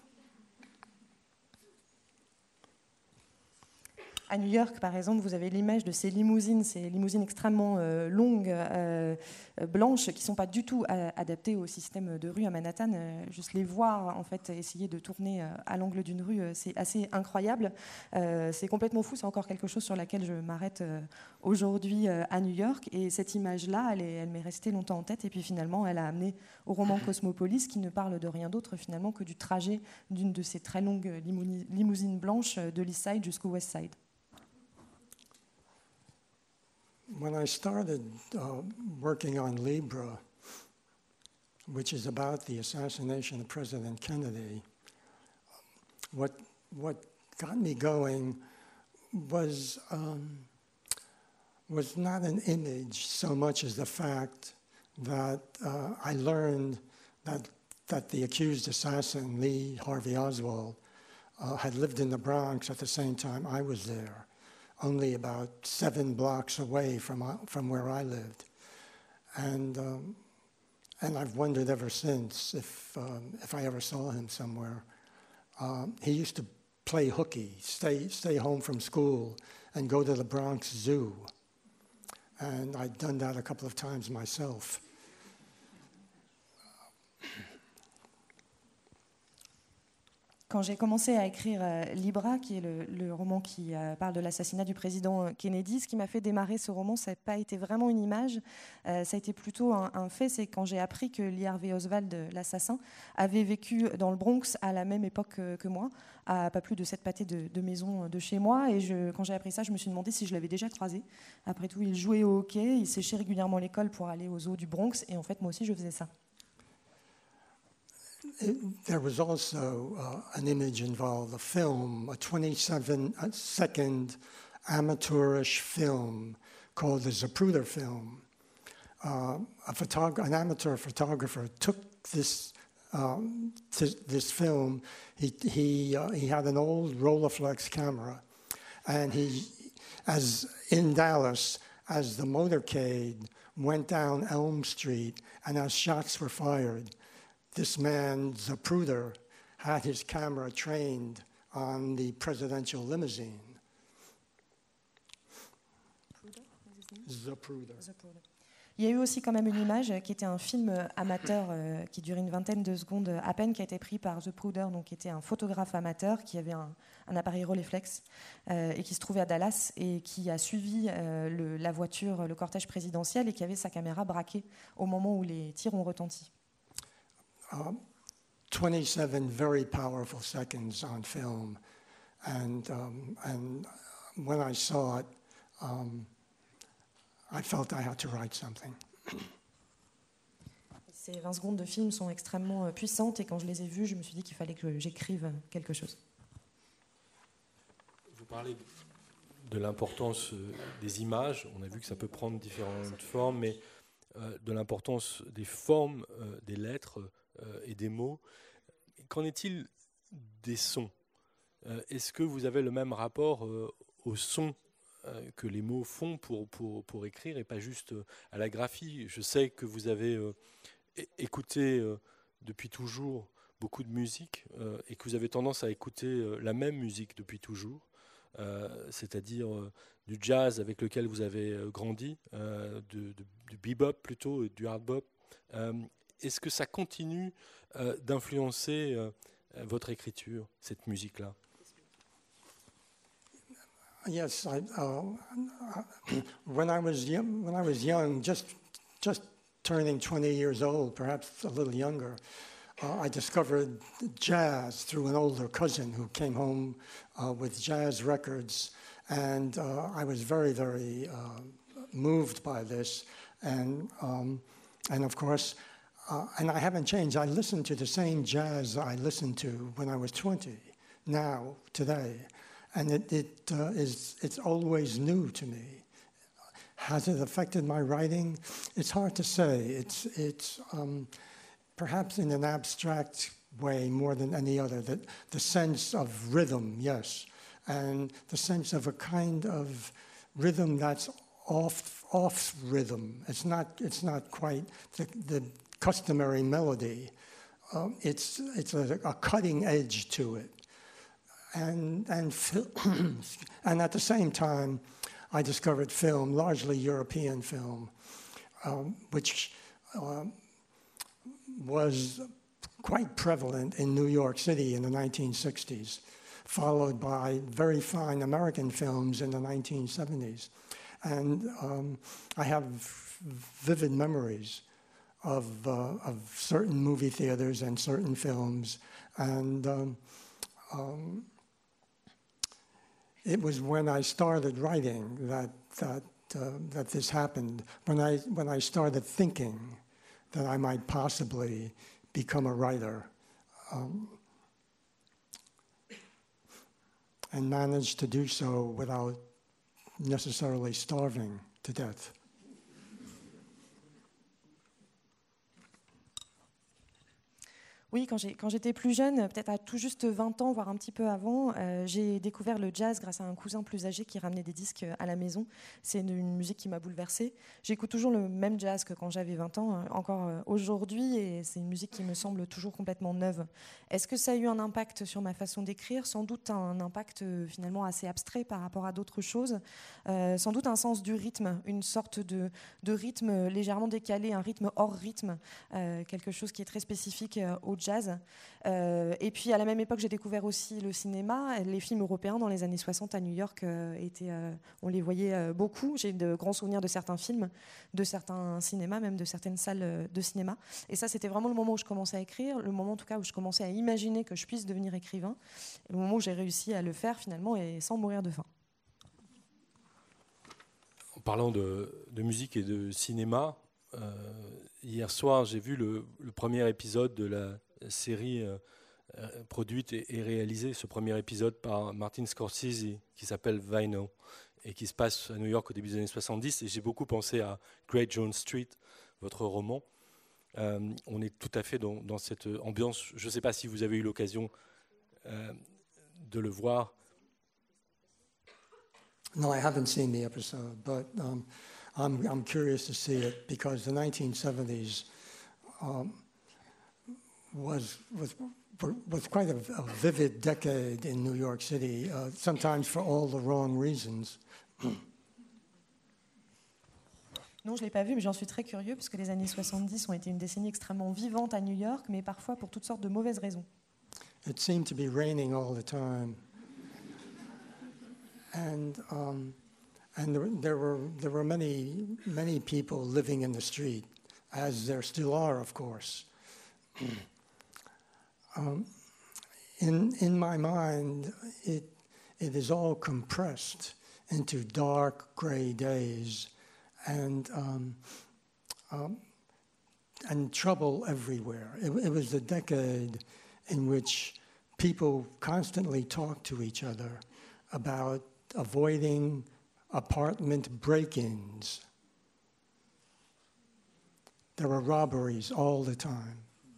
[SPEAKER 4] À New York, par exemple, vous avez l'image de ces limousines, ces limousines extrêmement euh, longues, euh, blanches, qui ne sont pas du tout euh, adaptées au système de rue à Manhattan. Euh, juste les voir, en fait, essayer de tourner euh, à l'angle d'une rue, euh, c'est assez incroyable. Euh, c'est complètement fou. C'est encore quelque chose sur laquelle je m'arrête euh, aujourd'hui euh, à New York. Et cette image-là, elle, est, elle m'est restée longtemps en tête. Et puis finalement, elle a amené au roman Cosmopolis, qui ne parle de rien d'autre finalement que du trajet d'une de ces très longues limousines blanches de l'East Side jusqu'au West Side.
[SPEAKER 3] When I started uh, working on Libra, which is about the assassination of President Kennedy, what what got me going was um, was not an image so much as the fact that uh, I learned that, that the accused assassin, Lee Harvey Oswald, uh, had lived in the Bronx at the same time I was there, only about seven blocks away from, uh, from where I lived. And, um, and I've wondered ever since if, um, if I ever saw him somewhere. Um, he used to play hooky, stay, stay home from school, and go to the Bronx Zoo. And I'd done that a couple of times myself.
[SPEAKER 4] Quand j'ai commencé à écrire euh, Libra, qui est le, le roman qui euh, parle de l'assassinat du président Kennedy, ce qui m'a fait démarrer ce roman, ça n'a pas été vraiment une image, euh, ça a été plutôt un, un fait. C'est quand j'ai appris que Lee Harvey Oswald, l'assassin, avait vécu dans le Bronx à la même époque que, que moi, à pas plus de sept pâtés de, de maison de chez moi. Et je, quand j'ai appris ça, je me suis demandé si je l'avais déjà croisé. Après tout, il jouait au hockey, il séchait régulièrement l'école pour aller aux eaux du Bronx, et en fait, moi aussi, je faisais ça.
[SPEAKER 3] It, there was also uh, an image involved, a film, a twenty-seven second amateurish film called the Zapruder film. Uh, a photog- an amateur photographer took this um, t- this film. He he uh, he had an old Rolleiflex camera, and he, as in Dallas, as the motorcade went down Elm Street, and as shots were fired, this man, Zapruder, had his camera trained on the presidential limousine. Zapruder.
[SPEAKER 4] Zapruder. Il y a eu aussi quand même une image qui était un film amateur euh, qui durait une vingtaine de secondes à peine, qui a été pris par Zapruder, donc qui était un photographe amateur qui avait un, un appareil Rolleiflex euh, et qui se trouvait à Dallas et qui a suivi euh, le, la voiture, le cortège présidentiel, et qui avait sa caméra braquée au moment où les tirs ont retenti.
[SPEAKER 3] Uh, twenty-seven very powerful seconds on film, and um, and when I saw it, um, I felt I had to write something.
[SPEAKER 4] Ces vingt secondes de film sont extrêmement puissantes, et quand je les ai vues, je me suis dit qu'il fallait que j'écrive quelque chose.
[SPEAKER 2] Vous parlez de l'importance des images. On a vu que ça peut prendre différentes formes, mais euh, de l'importance des formes, euh, des lettres euh, et des mots. Qu'en est-il des sons ? euh, Est-ce que vous avez le même rapport euh, aux sons euh, que les mots font pour, pour, pour écrire, et pas juste euh, à la graphie ? Je sais que vous avez euh, é- écouté euh, depuis toujours beaucoup de musique euh, et que vous avez tendance à écouter euh, la même musique depuis toujours, euh, c'est-à-dire euh, du jazz avec lequel vous avez euh, grandi, euh, de, de, du bebop plutôt, du hard bop. Euh, est-ce que ça continue euh, d'influencer euh, votre écriture, cette musique-là ?
[SPEAKER 3] Yes, I, uh, when I was young, when I was young, just just turning twenty years old, perhaps a little younger, uh, I discovered jazz through an older cousin who came home uh, with jazz records, and uh, I was very, very uh, moved by this, and um, and of course, uh, and I haven't changed. I listen to the same jazz I listened to when I was twenty, now, today. And it, it uh, is, it's always new to me. Has it affected my writing? It's hard to say. It's, it's um, perhaps in an abstract way more than any other, that the sense of rhythm, yes, and the sense of a kind of rhythm that's off, off rhythm. It's not, it's not quite the, the customary melody. Um, it's, it's a, a cutting edge to it. And and and at the same time, I discovered film, largely European film, um, which uh, was quite prevalent in New York City in the nineteen sixties, followed by very fine American films in the nineteen seventies. And um, I have vivid memories of uh, of certain movie theaters and certain films, and um, um, it was when I started writing that that uh, that this happened. When I when I started thinking that I might possibly become a writer, um, and managed to do so without necessarily starving to to death.
[SPEAKER 4] Oui, quand, j'ai, quand j'étais plus jeune, peut-être à tout juste vingt ans, voire un petit peu avant, euh, j'ai découvert le jazz grâce à un cousin plus âgé qui ramenait des disques à la maison. C'est une, une musique qui m'a bouleversée. J'écoute toujours le même jazz que quand j'avais vingt ans, euh, encore euh, aujourd'hui, et c'est une musique qui me semble toujours complètement neuve. Est-ce que ça a eu un impact sur ma façon d'écrire ? Sans doute un impact euh, finalement assez abstrait par rapport à d'autres choses. Euh, sans doute un sens du rythme, une sorte de, de rythme légèrement décalé, un rythme hors rythme, euh, quelque chose qui est très spécifique euh, au jazz. Euh, et puis à la même époque, j'ai découvert aussi le cinéma. Les films européens dans les années soixante à New York, euh, étaient, euh, on les voyait euh, beaucoup. J'ai de grands souvenirs de certains films, de certains cinémas, même de certaines salles de cinéma. Et ça, c'était vraiment le moment où je commençais à écrire, le moment en tout cas où je commençais à imaginer que je puisse devenir écrivain, et le moment où j'ai réussi à le faire finalement et sans mourir de faim.
[SPEAKER 2] En parlant de, de musique et de cinéma, euh, hier soir, j'ai vu le, le premier épisode de la série euh, euh, produite et, et réalisée, ce premier épisode par Martin Scorsese, qui s'appelle Vinyl, et qui se passe à New York au début des années soixante-dix. Et j'ai beaucoup pensé à Great Jones Street, votre roman. Euh, on est tout à fait dans, dans cette ambiance. Je ne sais pas si vous avez eu l'occasion euh, de le voir.
[SPEAKER 3] No, I haven't seen the episode, but um, I'm, I'm curious to see it because the nineteen seventies um, was, was, was quite a, a vivid decade in New York City, uh, sometimes for all the wrong reasons.
[SPEAKER 4] Non, je ne l'ai pas vu, mais j'en suis très curieux, parce que les années soixante-dix ont été une décennie extrêmement vivante à New York, mais parfois pour toutes sortes de mauvaises raisons.
[SPEAKER 3] It seemed to be raining all the time. And um, and there, there were there were many many people living in the street, as there still are, of course. um, in in my mind, it it is all compressed into dark gray days, and um, um, and trouble everywhere. It, it was a decade in which people constantly talked to each other about avoiding apartment break-ins. There were robberies all the time.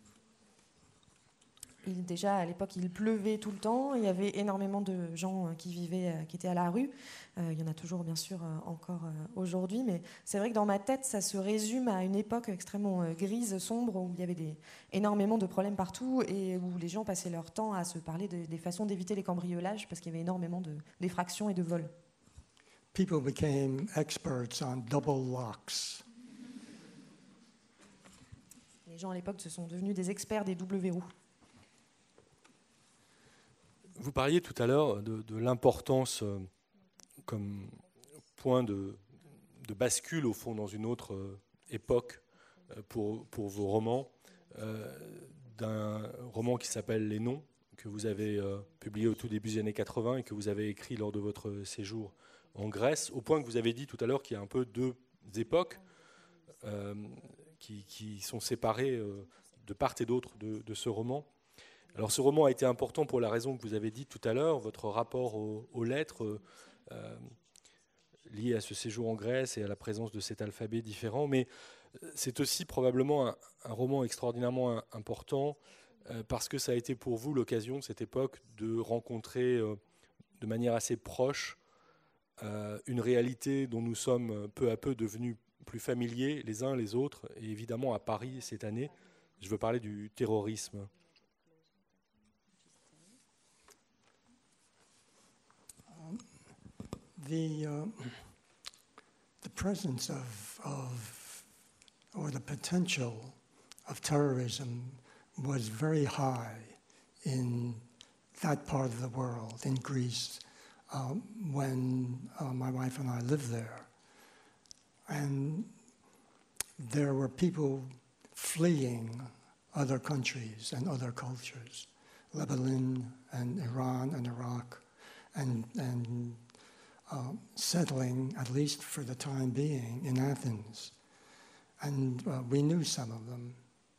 [SPEAKER 4] Il, déjà, à l'époque, il pleuvait tout le temps. Il y avait énormément de gens qui vivaient, qui étaient à la rue. Euh, il y en a toujours, bien sûr, encore aujourd'hui. Mais c'est vrai que dans ma tête, ça se résume à une époque extrêmement grise, sombre, où il y avait des, énormément de problèmes partout et où les gens passaient leur temps à se parler de, des façons d'éviter les cambriolages parce qu'il y avait énormément de, d'effractions et de vols.
[SPEAKER 3] People became experts on double locks.
[SPEAKER 4] Les gens à l'époque se sont devenus des experts des doubles verrous.
[SPEAKER 2] Vous parliez tout à l'heure de, de l'importance euh, comme point de, de bascule au fond dans une autre euh, époque euh, pour, pour vos romans, euh, d'un roman qui s'appelle Les Noms, que vous avez euh, publié au tout début des années quatre-vingts et que vous avez écrit lors de votre séjour en Grèce, au point que vous avez dit tout à l'heure qu'il y a un peu deux époques euh, qui, qui sont séparées euh, de part et d'autre de, de ce roman. Alors ce roman a été important pour la raison que vous avez dit tout à l'heure, votre rapport aux, aux lettres euh, lié à ce séjour en Grèce et à la présence de cet alphabet différent, mais c'est aussi probablement un, un roman extraordinairement important euh, parce que ça a été pour vous l'occasion, cette époque, de rencontrer euh, de manière assez proche euh, une réalité dont nous sommes peu à peu devenus plus familiers les uns les autres, et évidemment à Paris cette année, je veux parler du terrorisme.
[SPEAKER 3] The, uh, the presence of, of, or the potential of terrorism was very high in that part of the world, in Greece, um, when uh, my wife and I lived there. And there were people fleeing other countries and other cultures, Lebanon and Iran and Iraq, and, and Uh, settling, at least for the time being, in Athens. And uh, we knew some of them.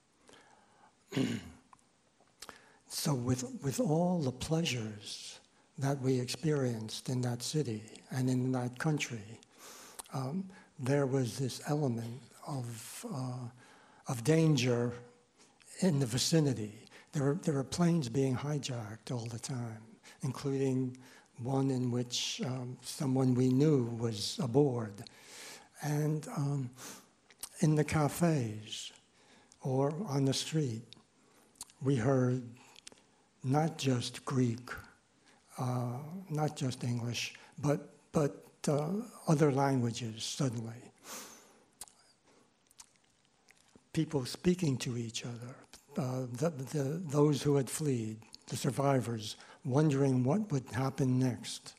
[SPEAKER 3] So with, with all the pleasures that we experienced in that city and in that country, um, there was this element of, uh, of danger in the vicinity. There were, there were planes being hijacked all the time, including one in which um, someone we knew was aboard. And um, in the cafes or on the street, we heard not just Greek, uh, not just English, but, but uh, other languages suddenly. People speaking to each other, uh, the, the, those who had fled, the survivors, wondering what would happen next.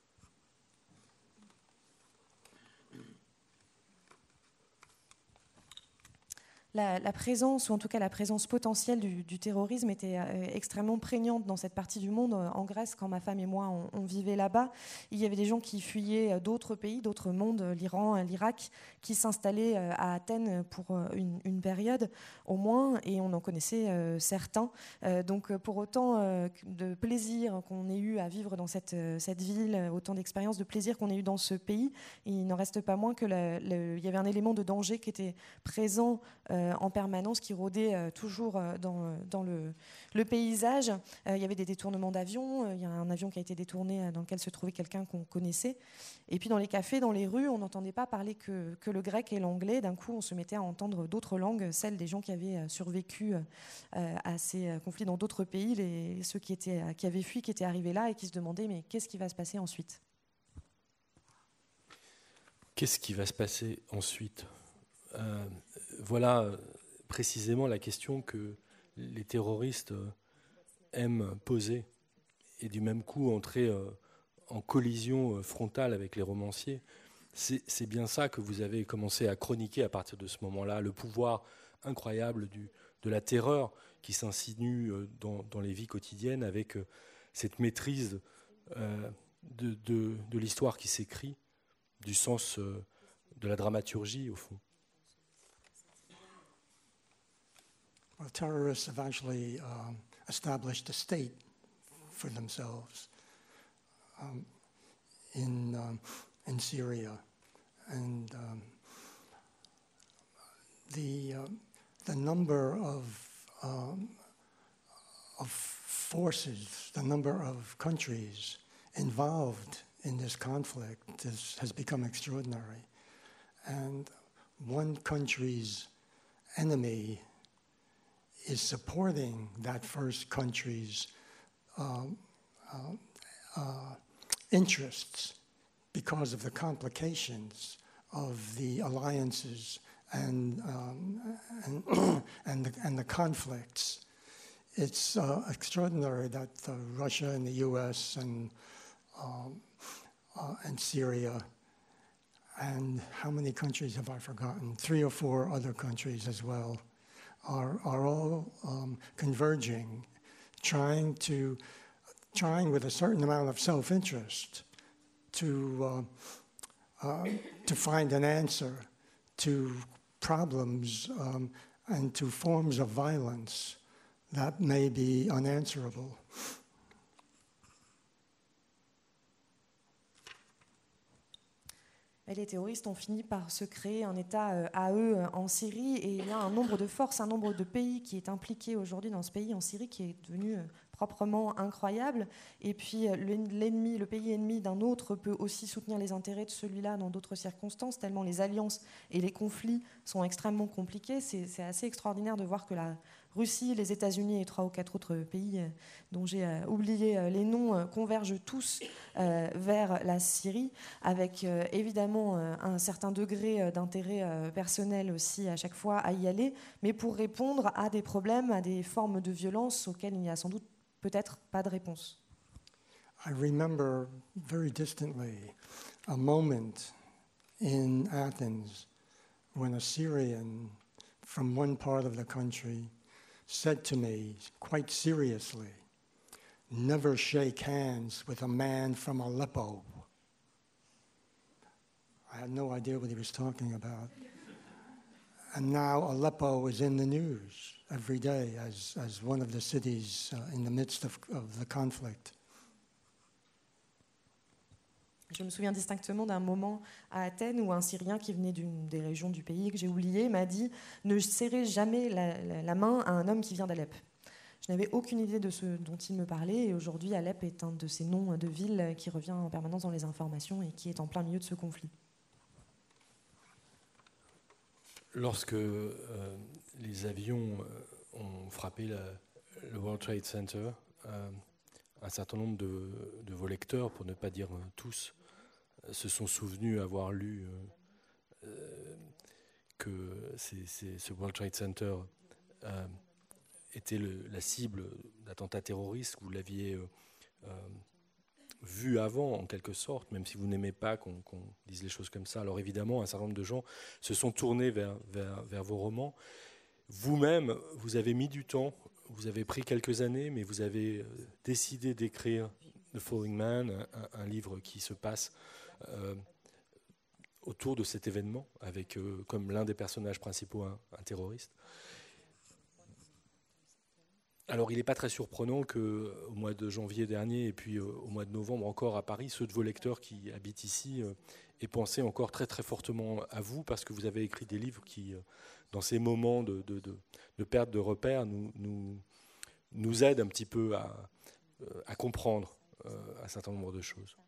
[SPEAKER 4] La, la présence, ou en tout cas la présence potentielle du, du terrorisme était euh, extrêmement prégnante dans cette partie du monde. En Grèce, quand ma femme et moi, on, on vivait là-bas, il y avait des gens qui fuyaient d'autres pays, d'autres mondes, l'Iran, l'Irak, qui s'installaient euh, à Athènes pour euh, une, une période au moins, et on en connaissait euh, certains. Euh, donc pour autant euh, de plaisir qu'on ait eu à vivre dans cette, cette ville, autant d'expériences de plaisir qu'on ait eu dans ce pays, il n'en reste pas moins qu'il y avait un élément de danger qui était présent euh, en permanence, qui rôdait euh, toujours euh, dans, dans le, le paysage. Euh, il y avait des détournements d'avions. Euh, il y a un avion qui a été détourné euh, dans lequel se trouvait quelqu'un qu'on connaissait. Et puis dans les cafés, dans les rues, on n'entendait pas parler que, que le grec et l'anglais. D'un coup, on se mettait à entendre d'autres langues, celles des gens qui avaient euh, survécu euh, à ces euh, conflits dans d'autres pays, les, ceux qui, étaient, euh, qui avaient fui, qui étaient arrivés là et qui se demandaient mais qu'est-ce qui va se passer ensuite ?
[SPEAKER 2] Qu'est-ce qui va se passer ensuite ? Euh, voilà euh, précisément la question que les terroristes euh, aiment poser, et du même coup entrer euh, en collision euh, frontale avec les romanciers. C'est, c'est bien ça que vous avez commencé à chroniquer à partir de ce moment-là, le pouvoir incroyable du, de la terreur qui s'insinue euh, dans, dans les vies quotidiennes, avec euh, cette maîtrise euh, de, de, de l'histoire qui s'écrit, du sens euh, de la dramaturgie au fond.
[SPEAKER 3] Well, terrorists have actually um, established a state for themselves um, in um, in Syria, and um, the um, the number of um, of forces, the number of countries involved in this conflict is, has become extraordinary, and one country's enemy is supporting that first country's um, uh, uh, interests because of the complications of the alliances and um, and and the, and the conflicts. It's uh, extraordinary that uh, Russia and the U S and um, uh, and Syria, and how many countries have I forgotten? Three or four other countries as well. Are, are all um, converging, trying to, trying with a certain amount of self-interest to, uh, uh, to find an answer to problems um, and to forms of violence that may be unanswerable.
[SPEAKER 4] Et les terroristes ont fini par se créer un État euh, à eux euh, en Syrie, et il y a un nombre de forces, un nombre de pays qui est impliqué aujourd'hui dans ce pays en Syrie qui est devenu euh, proprement incroyable. Et puis euh, l'ennemi, le pays ennemi d'un autre peut aussi soutenir les intérêts de celui-là dans d'autres circonstances, tellement les alliances et les conflits sont extrêmement compliqués. C'est, c'est assez extraordinaire de voir que la Russie, les États-Unis et trois ou quatre autres pays euh, dont j'ai euh, oublié euh, les noms euh, convergent tous euh, vers la Syrie, avec euh, évidemment euh, un certain degré euh, d'intérêt euh, personnel aussi à chaque fois à y aller, mais pour répondre à des problèmes, à des formes de violence auxquelles il n'y a sans doute peut-être pas de réponse.
[SPEAKER 3] I remember very distantly a moment in Athens when a Syrian from one part of the country said to me quite seriously, "Never shake hands with a man from Aleppo." I had no idea what he was talking about. And now Aleppo is in the news every day as, as one of the cities uh, in the midst of, of the conflict.
[SPEAKER 4] Je me souviens distinctement d'un moment à Athènes où un Syrien qui venait d'une des régions du pays que j'ai oublié m'a dit « Ne serrez jamais la, la, la main à un homme qui vient d'Alep ». Je n'avais aucune idée de ce dont il me parlait, et aujourd'hui Alep est un de ces noms de villes qui revient en permanence dans les informations et qui est en plein milieu de ce conflit.
[SPEAKER 2] Lorsque euh, les avions euh, ont frappé la, le World Trade Center, euh, un certain nombre de, de vos lecteurs, pour ne pas dire euh, tous, euh, se sont souvenus avoir lu euh, euh, que c'est, c'est, ce World Trade Center euh, était le, la cible d'attentats terroristes. Vous l'aviez euh, euh, vu avant, en quelque sorte, même si vous n'aimez pas qu'on, qu'on dise les choses comme ça. Alors évidemment, un certain nombre de gens se sont tournés vers, vers, vers vos romans. Vous-même, vous avez mis du temps, vous avez pris quelques années, mais vous avez décidé d'écrire The Falling Man, un, un livre qui se passe euh, autour de cet événement, avec euh, comme l'un des personnages principaux un, un terroriste. Alors, il n'est pas très surprenant qu'au mois de janvier dernier et puis euh, au mois de novembre encore à Paris, ceux de vos lecteurs qui habitent ici euh, aient pensé encore très très fortement à vous, parce que vous avez écrit des livres qui, euh, dans ces moments de, de, de, de perte de repères, nous, nous, nous aident un petit peu à, euh, à comprendre euh, un certain nombre de choses.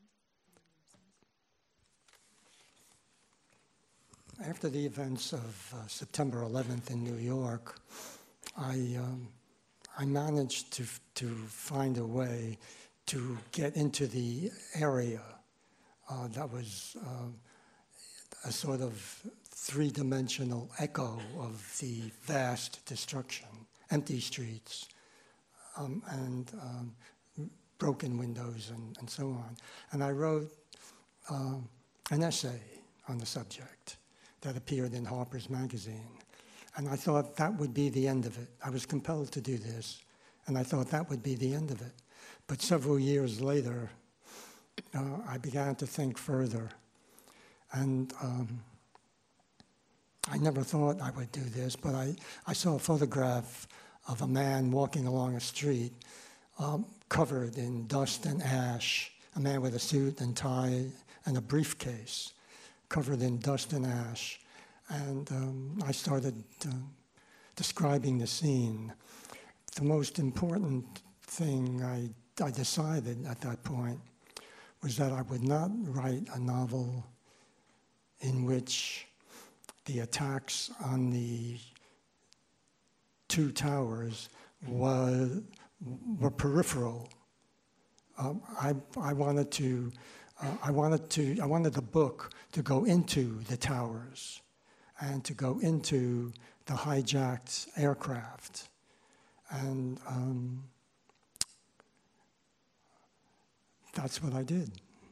[SPEAKER 3] After the events of uh, September eleventh in New York, I... Um, I managed to to find a way to get into the area uh, that was uh, a sort of three-dimensional echo of the vast destruction, empty streets, um, and um, broken windows, and, and so on. And I wrote uh, an essay on the subject that appeared in Harper's Magazine. And I thought that would be the end of it. I was compelled to do this, and I thought that would be the end of it. But several years later, uh, I began to think further. And um, I never thought I would do this, but I, I saw a photograph of a man walking along a street um, covered in dust and ash, a man with a suit and tie and a briefcase covered in dust and ash. And um, I started uh, describing the scene. The most important thing I, I decided at that point was that I would not write a novel in which the attacks on the two towers was, were peripheral. Um, I, I wanted to, uh, I wanted to, I wanted the book to go into the towers and to go into the hijacked aircraft. And um, that's what I did.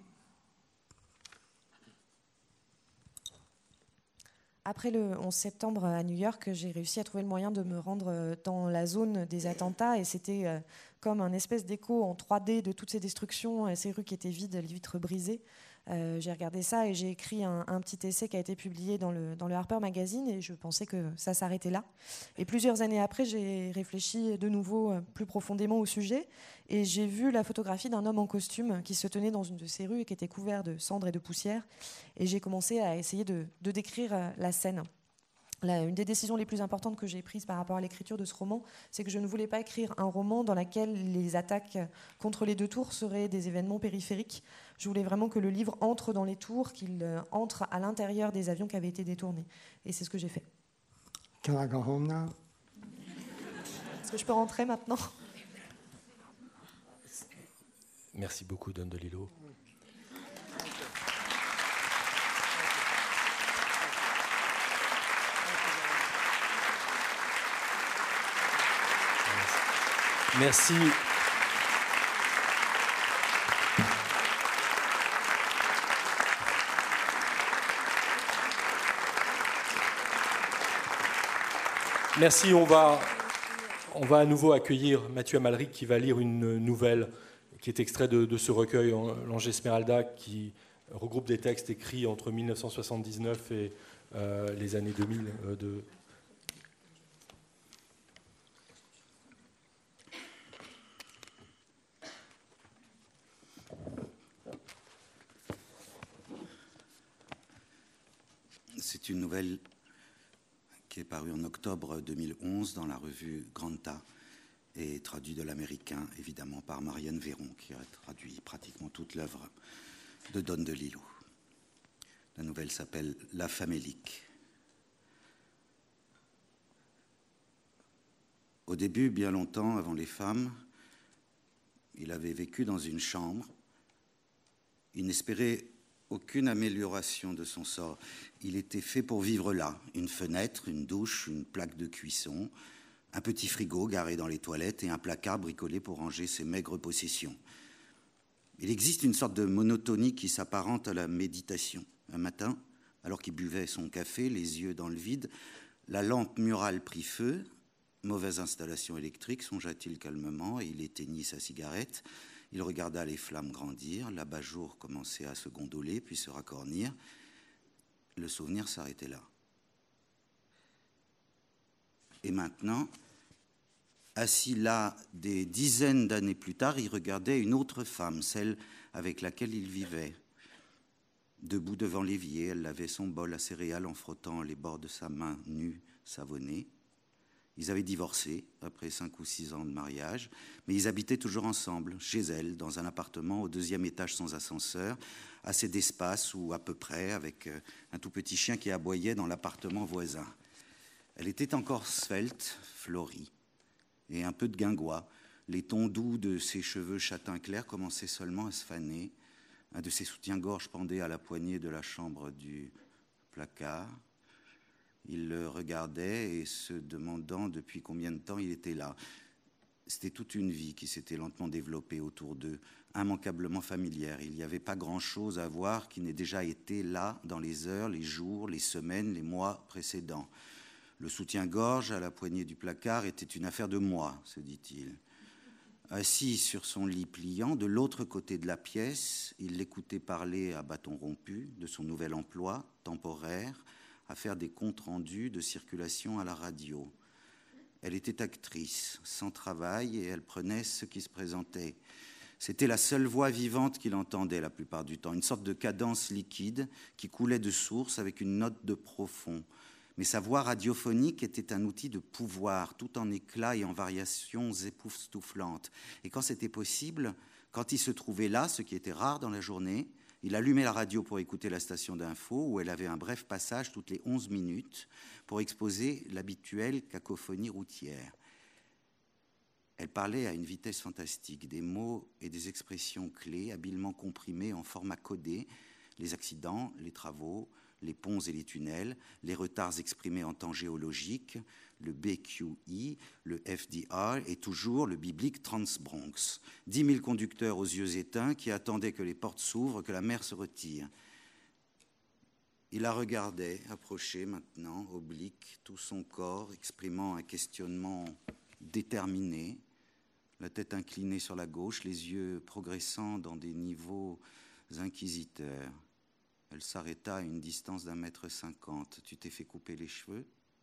[SPEAKER 4] Après le onze septembre à New York, j'ai réussi à trouver le moyen de me rendre dans la zone des attentats, et c'était comme un espèce d'écho en trois D de toutes ces destructions, ces rues qui étaient vides, les vitres brisées. Euh, j'ai regardé ça et j'ai écrit un, un petit essai qui a été publié dans le, dans le Harper Magazine, et je pensais que ça s'arrêtait là. Et plusieurs années après, j'ai réfléchi de nouveau plus profondément au sujet, et j'ai vu la photographie d'un homme en costume qui se tenait dans une de ces rues et qui était couvert de cendres et de poussière, et j'ai commencé à essayer de, de décrire la scène. La, une des décisions les plus importantes que j'ai prises par rapport à l'écriture de ce roman, c'est que je ne voulais pas écrire un roman dans lequel les attaques contre les deux tours seraient des événements périphériques. Je voulais vraiment que le livre entre dans les tours, qu'il entre à l'intérieur des avions qui avaient été détournés. Et c'est ce que j'ai fait.
[SPEAKER 3] Can I go home now?
[SPEAKER 4] Est-ce que je peux rentrer maintenant?
[SPEAKER 2] Merci beaucoup, Don DeLillo. Merci. Merci, on va, on va à nouveau accueillir Mathieu Amalric qui va lire une nouvelle qui est extrait de, de ce recueil, L'Ange Esmeralda, qui regroupe des textes écrits entre mille neuf cent soixante-dix-neuf et euh, les années deux mille euh, de
[SPEAKER 1] C'est une nouvelle qui est parue en octobre deux mille onze dans la revue Granta et traduite de l'américain, évidemment, par Marianne Véron, qui a traduit pratiquement toute l'œuvre de Don DeLillo. La nouvelle s'appelle « La famélique ». Au début, bien longtemps avant les femmes, il avait vécu dans une chambre. Il n'espérait aucune amélioration de son sort. Il était fait pour vivre là. Une fenêtre, une douche, une plaque de cuisson, un petit frigo garé dans les toilettes et un placard bricolé pour ranger ses maigres possessions. Il existe une sorte de monotonie qui s'apparente à la méditation. Un matin, alors qu'il buvait son café, les yeux dans le vide, la lampe murale prit feu. Mauvaise installation électrique, songea-t-il calmement, et il éteignit sa cigarette. Il regarda les flammes grandir, l'abat-jour commençait à se gondoler, puis se racornir. Le souvenir s'arrêtait là. Et maintenant, assis là des dizaines d'années plus tard, il regardait une autre femme, celle avec laquelle il vivait. Debout devant l'évier, elle lavait son bol à céréales en frottant les bords de sa main nue savonnée. Ils avaient divorcé après cinq ou six ans de mariage, mais ils habitaient toujours ensemble, chez elle, dans un appartement au deuxième étage sans ascenseur, assez d'espace ou à peu près, avec un tout petit chien qui aboyait dans l'appartement voisin. Elle était encore svelte, fleurie, et un peu de guingois. Les tons doux de ses cheveux châtain clair commençaient seulement à se faner. Un de ses soutiens-gorge pendait à la poignée de la chambre du placard. Il le regardait et se demandant depuis combien de temps il était là. C'était toute une vie qui s'était lentement développée autour d'eux, immanquablement familière. Il n'y avait pas grand-chose à voir qui n'ait déjà été là dans les heures, les jours, les semaines, les mois précédents. Le soutien-gorge à la poignée du placard était une affaire de moi, se dit-il. Assis sur son lit pliant, de l'autre côté de la pièce, il l'écoutait parler à bâton rompu de son nouvel emploi temporaire, à faire des comptes rendus de circulation à la radio. Elle était actrice, sans travail, et elle prenait ce qui se présentait. C'était la seule voix vivante qu'il entendait la plupart du temps, une sorte de cadence liquide qui coulait de source avec une note de profond. Mais sa voix radiophonique était un outil de pouvoir, tout en éclat et en variations époustouflantes. Et quand c'était possible, quand il se trouvait là, ce qui était rare dans la journée, il allumait la radio pour écouter la station d'info, où elle avait un bref passage toutes les onze minutes pour exposer l'habituelle cacophonie routière. Elle parlait à une vitesse fantastique, des mots et des expressions clés habilement comprimés en format codé, les accidents, les travaux, les ponts et les tunnels, les retards exprimés en temps géologique, le B Q I, le F D R et toujours le biblique Transbronx. Dix mille conducteurs aux yeux éteints qui attendaient que les portes s'ouvrent, que la mer se retire. Il la regardait, approcher maintenant, oblique, tout son corps, exprimant un questionnement déterminé, la tête inclinée sur la gauche, les yeux progressant dans des niveaux inquisiteurs. Elle s'arrêta à une distance d'un mètre cinquante. « Tu t'es fait couper les cheveux ?»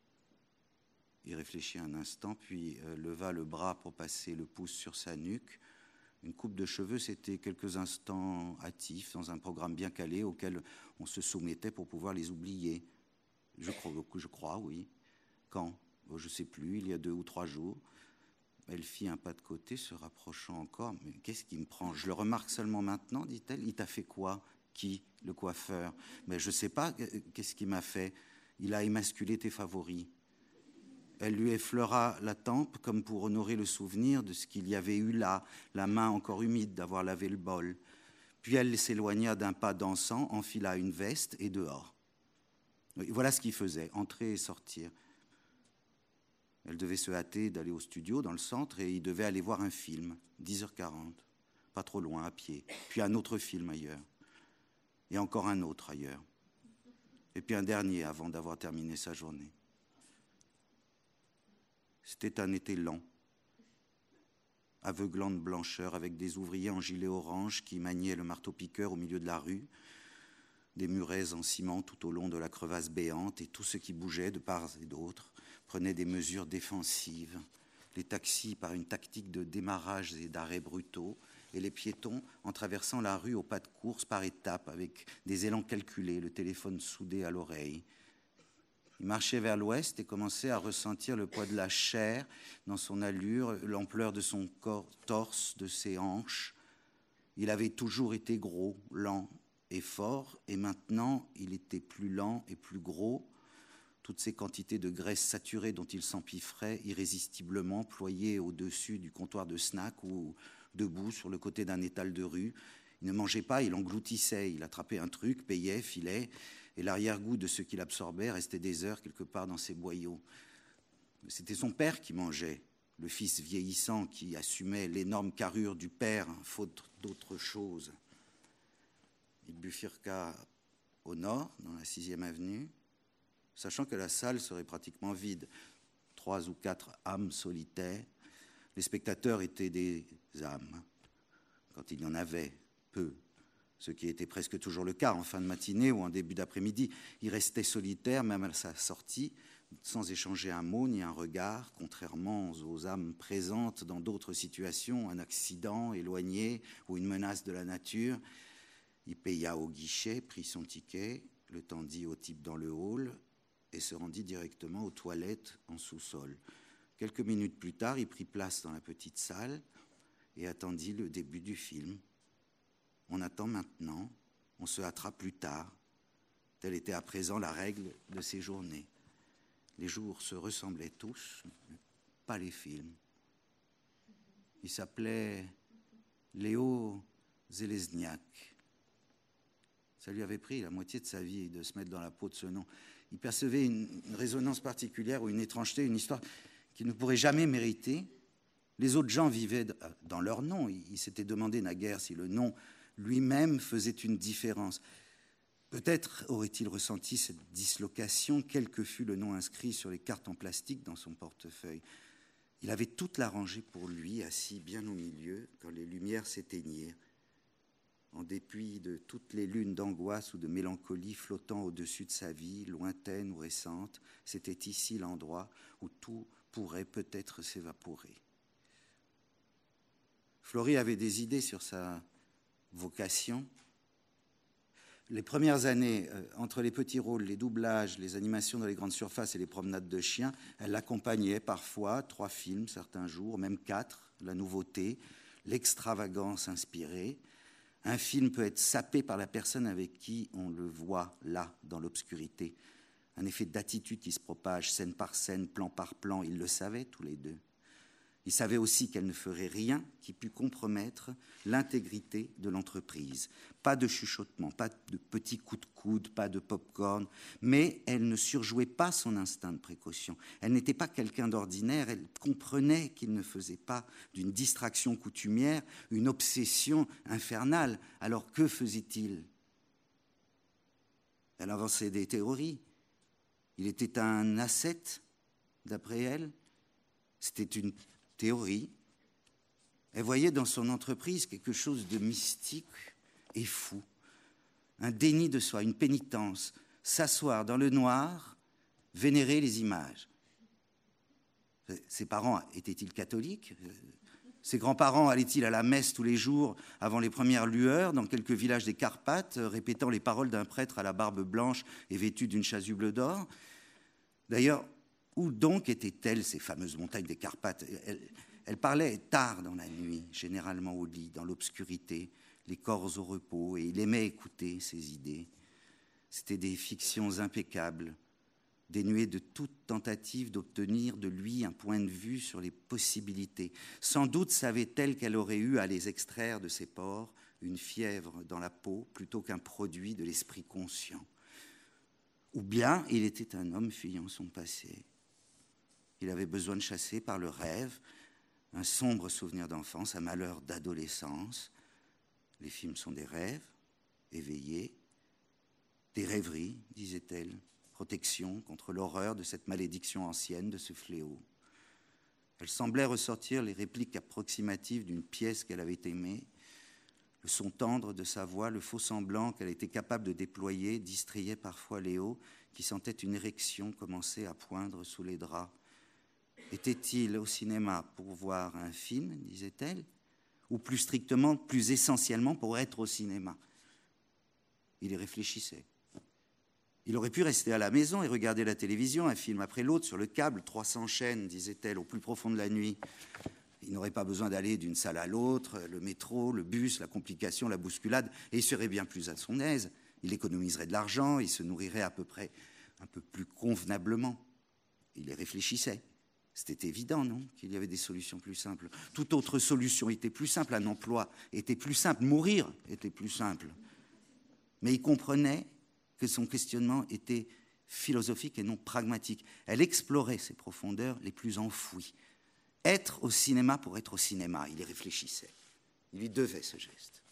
[SPEAKER 1] Il réfléchit un instant, puis euh, leva le bras pour passer le pouce sur sa nuque. Une coupe de cheveux, c'était quelques instants hâtifs dans un programme bien calé auquel on se soumettait pour pouvoir les oublier. Je crois, je crois oui. Quand ? Bon, je ne sais plus, il y a deux ou trois jours. Elle fit un pas de côté, se rapprochant encore. « Mais qu'est-ce qui me prend ? Je le remarque seulement maintenant, dit-elle. Il t'a fait quoi ? Qui ? Le coiffeur. Mais je ne sais pas, qu'est-ce qu'il m'a fait ? Il a émasculé tes favoris. » Elle lui effleura la tempe comme pour honorer le souvenir de ce qu'il y avait eu là, la main encore humide d'avoir lavé le bol. Puis elle s'éloigna d'un pas dansant, enfila une veste et dehors. Voilà ce qu'il faisait, entrer et sortir. Elle devait se hâter d'aller au studio dans le centre et il devait aller voir un film, dix heures quarante, pas trop loin, à pied. Puis un autre film ailleurs. Et encore un autre ailleurs. Et puis un dernier avant d'avoir terminé sa journée. C'était un été lent, aveuglant de blancheur, avec des ouvriers en gilet orange qui maniaient le marteau-piqueur au milieu de la rue, des murets en ciment tout au long de la crevasse béante, et tout ce qui bougeait de part et d'autre prenait des mesures défensives. Les taxis par une tactique de démarrage et d'arrêts brutaux, et les piétons en traversant la rue au pas de course par étapes, avec des élans calculés, le téléphone soudé à l'oreille. Il marchait vers l'ouest et commençait à ressentir le poids de la chair dans son allure, l'ampleur de son corps, torse, de ses hanches. Il avait toujours été gros, lent et fort, et maintenant il était plus lent et plus gros. Toutes ces quantités de graisse saturée dont il s'empiffrait irrésistiblement, ployées au-dessus du comptoir de snack ou debout sur le côté d'un étal de rue. Il ne mangeait pas, il engloutissait, il attrapait un truc, payait, filait, et l'arrière-goût de ce qu'il absorbait restait des heures quelque part dans ses boyaux. C'était son père qui mangeait, le fils vieillissant qui assumait l'énorme carrure du père, faute d'autre chose. Il bifurqua au nord, dans la sixième avenue, sachant que la salle serait pratiquement vide. Trois ou quatre âmes solitaires. Les spectateurs étaient des âmes, quand il y en avait peu. Ce qui était presque toujours le cas en fin de matinée ou en début d'après-midi. Il restait solitaire, même à sa sortie, sans échanger un mot ni un regard, contrairement aux âmes présentes dans d'autres situations, un accident éloigné ou une menace de la nature. Il paya au guichet, prit son ticket, le tendit au type dans le hall et se rendit directement aux toilettes en sous-sol. Quelques minutes plus tard, il prit place dans la petite salle et attendit le début du film. On attend maintenant, on se hâtera plus tard. Telle était à présent la règle de ces journées. Les jours se ressemblaient tous, mais pas les films. Il s'appelait Léo Zelezniak. Ça lui avait pris la moitié de sa vie de se mettre dans la peau de ce nom. Il percevait une, une résonance particulière ou une étrangeté, une histoire qu'il ne pourrait jamais mériter. Les autres gens vivaient dans leur nom. Il s'était demandé naguère si le nom lui-même faisait une différence. Peut-être aurait-il ressenti cette dislocation, quel que fût le nom inscrit sur les cartes en plastique dans son portefeuille. Il avait toute la rangée pour lui, assis bien au milieu, quand les lumières s'éteignirent. En dépit de toutes les lunes d'angoisse ou de mélancolie flottant au-dessus de sa vie, lointaine ou récente, c'était ici l'endroit où tout pourrait peut-être s'évaporer. Flory avait des idées sur sa vocation. Les premières années, euh, entre les petits rôles, les doublages, les animations dans les grandes surfaces et les promenades de chiens, elle l'accompagnait parfois, trois films certains jours, même quatre, la nouveauté, l'extravagance inspirée. Un film peut être sapé par la personne avec qui on le voit là, dans l'obscurité. Un effet d'attitude qui se propage, scène par scène, plan par plan, ils le savaient tous les deux. Il savait aussi qu'elle ne ferait rien qui pût compromettre l'intégrité de l'entreprise. Pas de chuchotement, pas de petits coups de coude, pas de pop-corn, mais elle ne surjouait pas son instinct de précaution. Elle n'était pas quelqu'un d'ordinaire, elle comprenait qu'il ne faisait pas d'une distraction coutumière une obsession infernale. Alors que faisait-il ? Elle avançait des théories. Il était un ascète, d'après elle. C'était une théorie. Elle voyait dans son entreprise quelque chose de mystique et fou, un déni de soi, une pénitence, s'asseoir dans le noir, vénérer les images. Ses parents étaient-ils catholiques ? Ses grands-parents allaient-ils à la messe tous les jours avant les premières lueurs dans quelques villages des Carpates, répétant les paroles d'un prêtre à la barbe blanche et vêtu d'une chasuble d'or ? D'ailleurs, où donc étaient-elles, ces fameuses montagnes des Carpates ? Elle, elle parlait tard dans la nuit, généralement au lit, dans l'obscurité, les corps au repos, et il aimait écouter ses idées. C'étaient des fictions impeccables, dénuées de toute tentative d'obtenir de lui un point de vue sur les possibilités. Sans doute savait-elle qu'elle aurait eu à les extraire de ses pores, une fièvre dans la peau, plutôt qu'un produit de l'esprit conscient. Ou bien il était un homme fuyant son passé. Il avait besoin de chasser par le rêve un sombre souvenir d'enfance, un malheur d'adolescence. Les films sont des rêves, éveillés, des rêveries, disait-elle, protection contre l'horreur de cette malédiction ancienne, de ce fléau. Elle semblait ressortir les répliques approximatives d'une pièce qu'elle avait aimée. Le son tendre de sa voix, le faux semblant qu'elle était capable de déployer, distrayait parfois Léo, qui sentait une érection commencer à poindre sous les draps. Était-il au cinéma pour voir un film, disait-elle, ou plus strictement, plus essentiellement pour être au cinéma ? Il y réfléchissait. Il aurait pu rester à la maison et regarder la télévision, un film après l'autre, sur le câble, trois cents chaînes, disait-elle, au plus profond de la nuit. Il n'aurait pas besoin d'aller d'une salle à l'autre, le métro, le bus, la complication, la bousculade, et il serait bien plus à son aise. Il économiserait de l'argent, il se nourrirait à peu près un peu plus convenablement. Il y réfléchissait. C'était évident, non, qu'il y avait des solutions plus simples. Toute autre solution était plus simple, un emploi était plus simple, mourir était plus simple. Mais il comprenait que son questionnement était philosophique et non pragmatique. Elle explorait ses profondeurs les plus enfouies. Être au cinéma pour être au cinéma, il y réfléchissait. Il lui devait ce geste.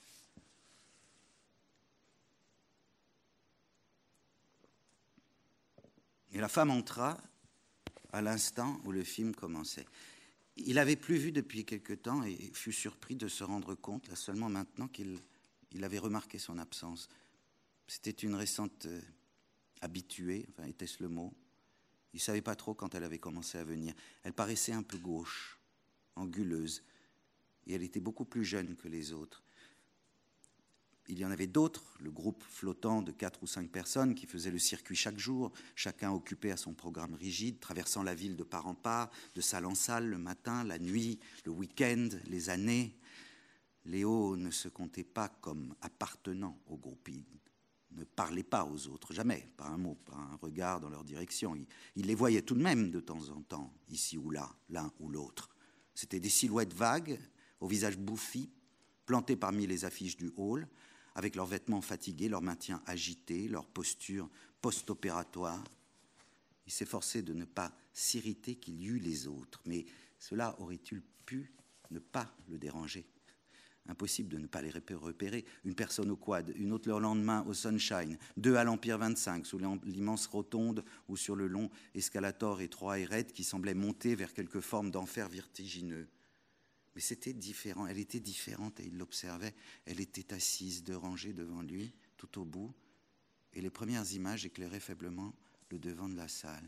[SPEAKER 1] Et la femme entra à l'instant où le film commençait. Il n'avait plus vu depuis quelque temps et fut surpris de se rendre compte, là seulement maintenant, qu'il il avait remarqué son absence. C'était une récente euh, habituée, enfin, était-ce le mot? Il ne savait pas trop quand elle avait commencé à venir. Elle paraissait un peu gauche, anguleuse, et elle était beaucoup plus jeune que les autres. Il y en avait d'autres, le groupe flottant de quatre ou cinq personnes qui faisait le circuit chaque jour, chacun occupé à son programme rigide, traversant la ville de part en part, de salle en salle, le matin, la nuit, le week-end, les années. Léo ne se comptait pas comme appartenant au groupe. Il ne parlait pas aux autres, jamais, pas un mot, pas un regard dans leur direction. Il, il les voyait tout de même de temps en temps, ici ou là, l'un ou l'autre. C'étaient des silhouettes vagues, au visage bouffi, plantées parmi les affiches du hall, avec leurs vêtements fatigués, leur maintien agité, leur posture post-opératoire. Il s'efforçait de ne pas s'irriter qu'il y eût les autres, mais cela aurait-il pu ne pas le déranger? Impossible de ne pas les repérer. Une personne au quad, une autre le lendemain au Sunshine, deux à l'Empire vingt-cinq, sous l'immense rotonde ou sur le long escalator étroit et raide qui semblait monter vers quelque forme d'enfer vertigineux. Mais c'était différent, elle était différente et il l'observait. Elle était assise, deux rangées devant lui, tout au bout, et les premières images éclairaient faiblement le devant de la salle.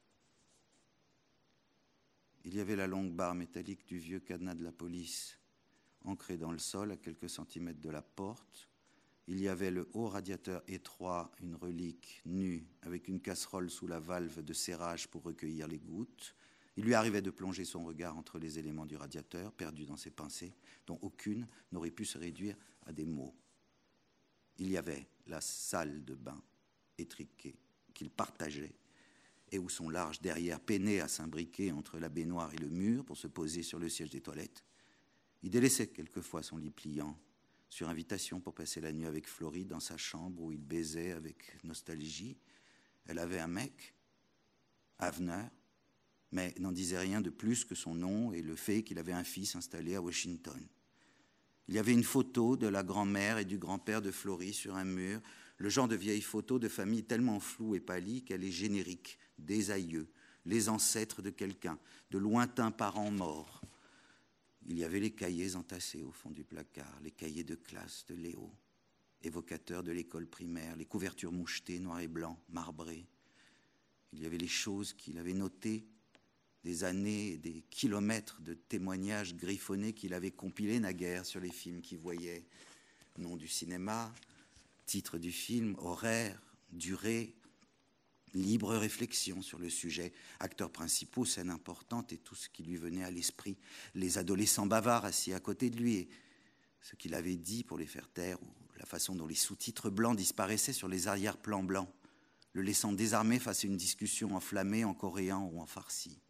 [SPEAKER 1] Il y avait la longue barre métallique du vieux cadenas de la police, ancré dans le sol à quelques centimètres de la porte. Il y avait le haut radiateur étroit, une relique nue, avec une casserole sous la valve de serrage pour recueillir les gouttes. Il lui arrivait de plonger son regard entre les éléments du radiateur, perdu dans ses pensées, dont aucune n'aurait pu se réduire à des mots. Il y avait la salle de bain étriquée qu'il partageait et où son large derrière peinait à s'imbriquer entre la baignoire et le mur pour se poser sur le siège des toilettes. Il délaissait quelquefois son lit pliant, sur invitation pour passer la nuit avec Florie dans sa chambre où il baisait avec nostalgie. Elle avait un mec, Avner, mais n'en disait rien de plus que son nom et le fait qu'il avait un fils installé à Washington. Il y avait une photo de la grand-mère et du grand-père de Florie sur un mur, le genre de vieille photo de famille tellement floue et pâlie qu'elle est générique, des aïeux, les ancêtres de quelqu'un, de lointains parents morts. Il y avait les cahiers entassés au fond du placard, les cahiers de classe de Léo, évocateurs de l'école primaire, les couvertures mouchetées, noir et blanc, marbrées. Il y avait les choses qu'il avait notées, des années et des kilomètres de témoignages griffonnés qu'il avait compilés naguère sur les films qu'il voyait. Nom du cinéma, titre du film, horaire, durée, libre réflexion sur le sujet, acteurs principaux, scènes importantes et tout ce qui lui venait à l'esprit, les adolescents bavards assis à côté de lui, et ce qu'il avait dit pour les faire taire, ou la façon dont les sous-titres blancs disparaissaient sur les arrière-plans blancs, le laissant désarmé face à une discussion enflammée en coréen ou en farsi.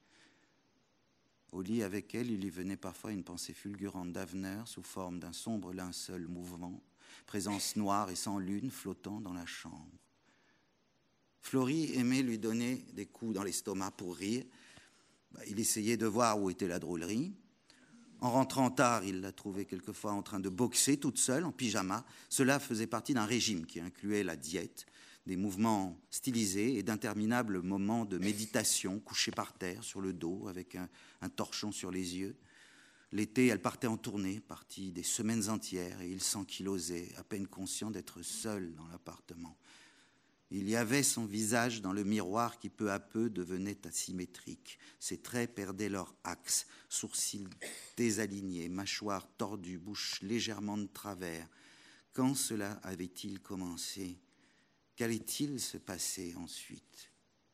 [SPEAKER 1] Au lit avec elle, il lui venait parfois une pensée fulgurante d'Avner sous forme d'un sombre linceul mouvant, présence noire et sans lune flottant dans la chambre. Florie aimait lui donner des coups dans l'estomac pour rire. Il essayait de voir où était la drôlerie. En rentrant tard, il la trouvait quelquefois en train de boxer toute seule, en pyjama. Cela faisait partie d'un régime qui incluait la diète, des mouvements stylisés et d'interminables moments de méditation, couchée par terre, sur le dos, avec un, un torchon sur les yeux. L'été, elle partait en tournée, partie des semaines entières, et il s'ankylosait, à peine conscient d'être seul dans l'appartement. Il y avait son visage dans le miroir qui peu à peu devenait asymétrique. Ses traits perdaient leur axe, sourcils désalignés, mâchoire tordue, bouche légèrement de travers. Quand cela avait-il commencé ? Qu'allait-il se passer ensuite?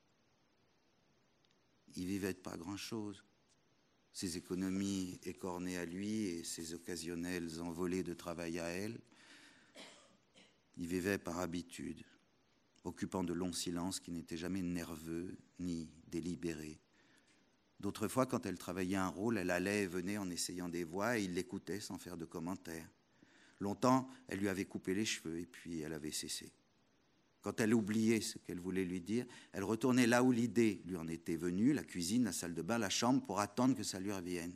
[SPEAKER 1] Il vivait de pas grand-chose. Ses économies écornées à lui et ses occasionnelles envolées de travail à elle. Il vivait par habitude, occupant de longs silences qui n'étaient jamais nerveux ni délibérés. D'autres fois, quand elle travaillait un rôle, elle allait et venait en essayant des voix et il l'écoutait sans faire de commentaires. Longtemps, elle lui avait coupé les cheveux et puis elle avait cessé. Quand elle oubliait ce qu'elle voulait lui dire, elle retournait là où l'idée lui en était venue, la cuisine, la salle de bain, la chambre, pour attendre que ça lui revienne.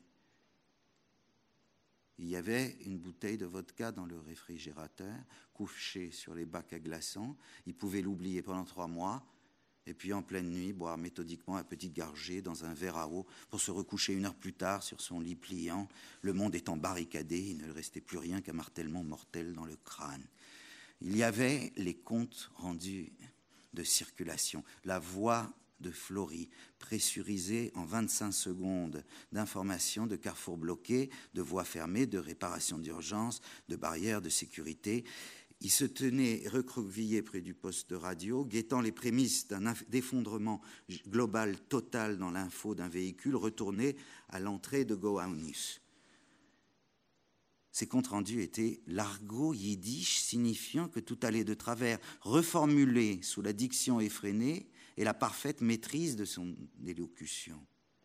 [SPEAKER 1] Il y avait une bouteille de vodka dans le réfrigérateur, couchée sur les bacs à glaçons. Il pouvait l'oublier pendant trois mois, et puis en pleine nuit, boire méthodiquement un petit gargé dans un verre à eau pour se recoucher une heure plus tard sur son lit pliant. Le monde étant barricadé, il ne lui restait plus rien qu'un martèlement mortel dans le crâne. Il y avait les comptes rendus de circulation, la voix de Flory, pressurisée en vingt-cinq secondes d'informations, de carrefours bloqués, de voies fermées, de réparations d'urgence, de barrières de sécurité. Il se tenait recroquevillé près du poste de radio, guettant les prémices d'un effondrement global total dans l'info d'un véhicule retourné à l'entrée de Goaunius. Ces comptes rendus étaient l'argot yiddish signifiant que tout allait de travers, reformulé sous la diction effrénée et la parfaite maîtrise de son élocution.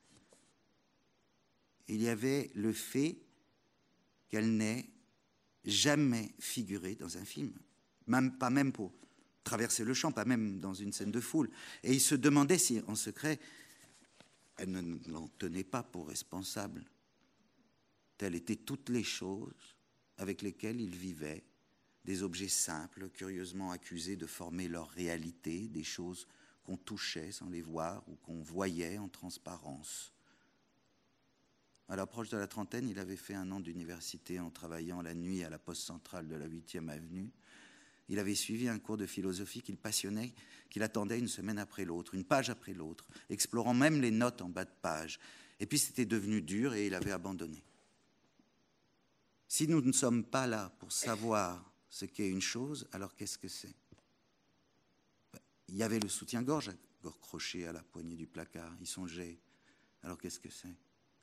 [SPEAKER 1] Il y avait le fait qu'elle n'ait jamais figuré dans un film, même, pas même pour traverser le champ, pas même dans une scène de foule. Et il se demandait si, en secret, elle ne l'en tenait pas pour responsable. Telles étaient toutes les choses avec lesquelles il vivait, des objets simples, curieusement accusés de former leur réalité, des choses qu'on touchait sans les voir ou qu'on voyait en transparence. À l'approche de la trentaine, il avait fait un an d'université en travaillant la nuit à la poste centrale de la huitième avenue. Il avait suivi un cours de philosophie qu'il passionnait, qu'il attendait une semaine après l'autre, une page après l'autre, explorant même les notes en bas de page. Et puis c'était devenu dur et il avait abandonné. Si nous ne sommes pas là pour savoir ce qu'est une chose, alors qu'est-ce que c'est? Il y avait le soutien-gorge accroché à la poignée du placard. Il songeait. Alors qu'est-ce que c'est?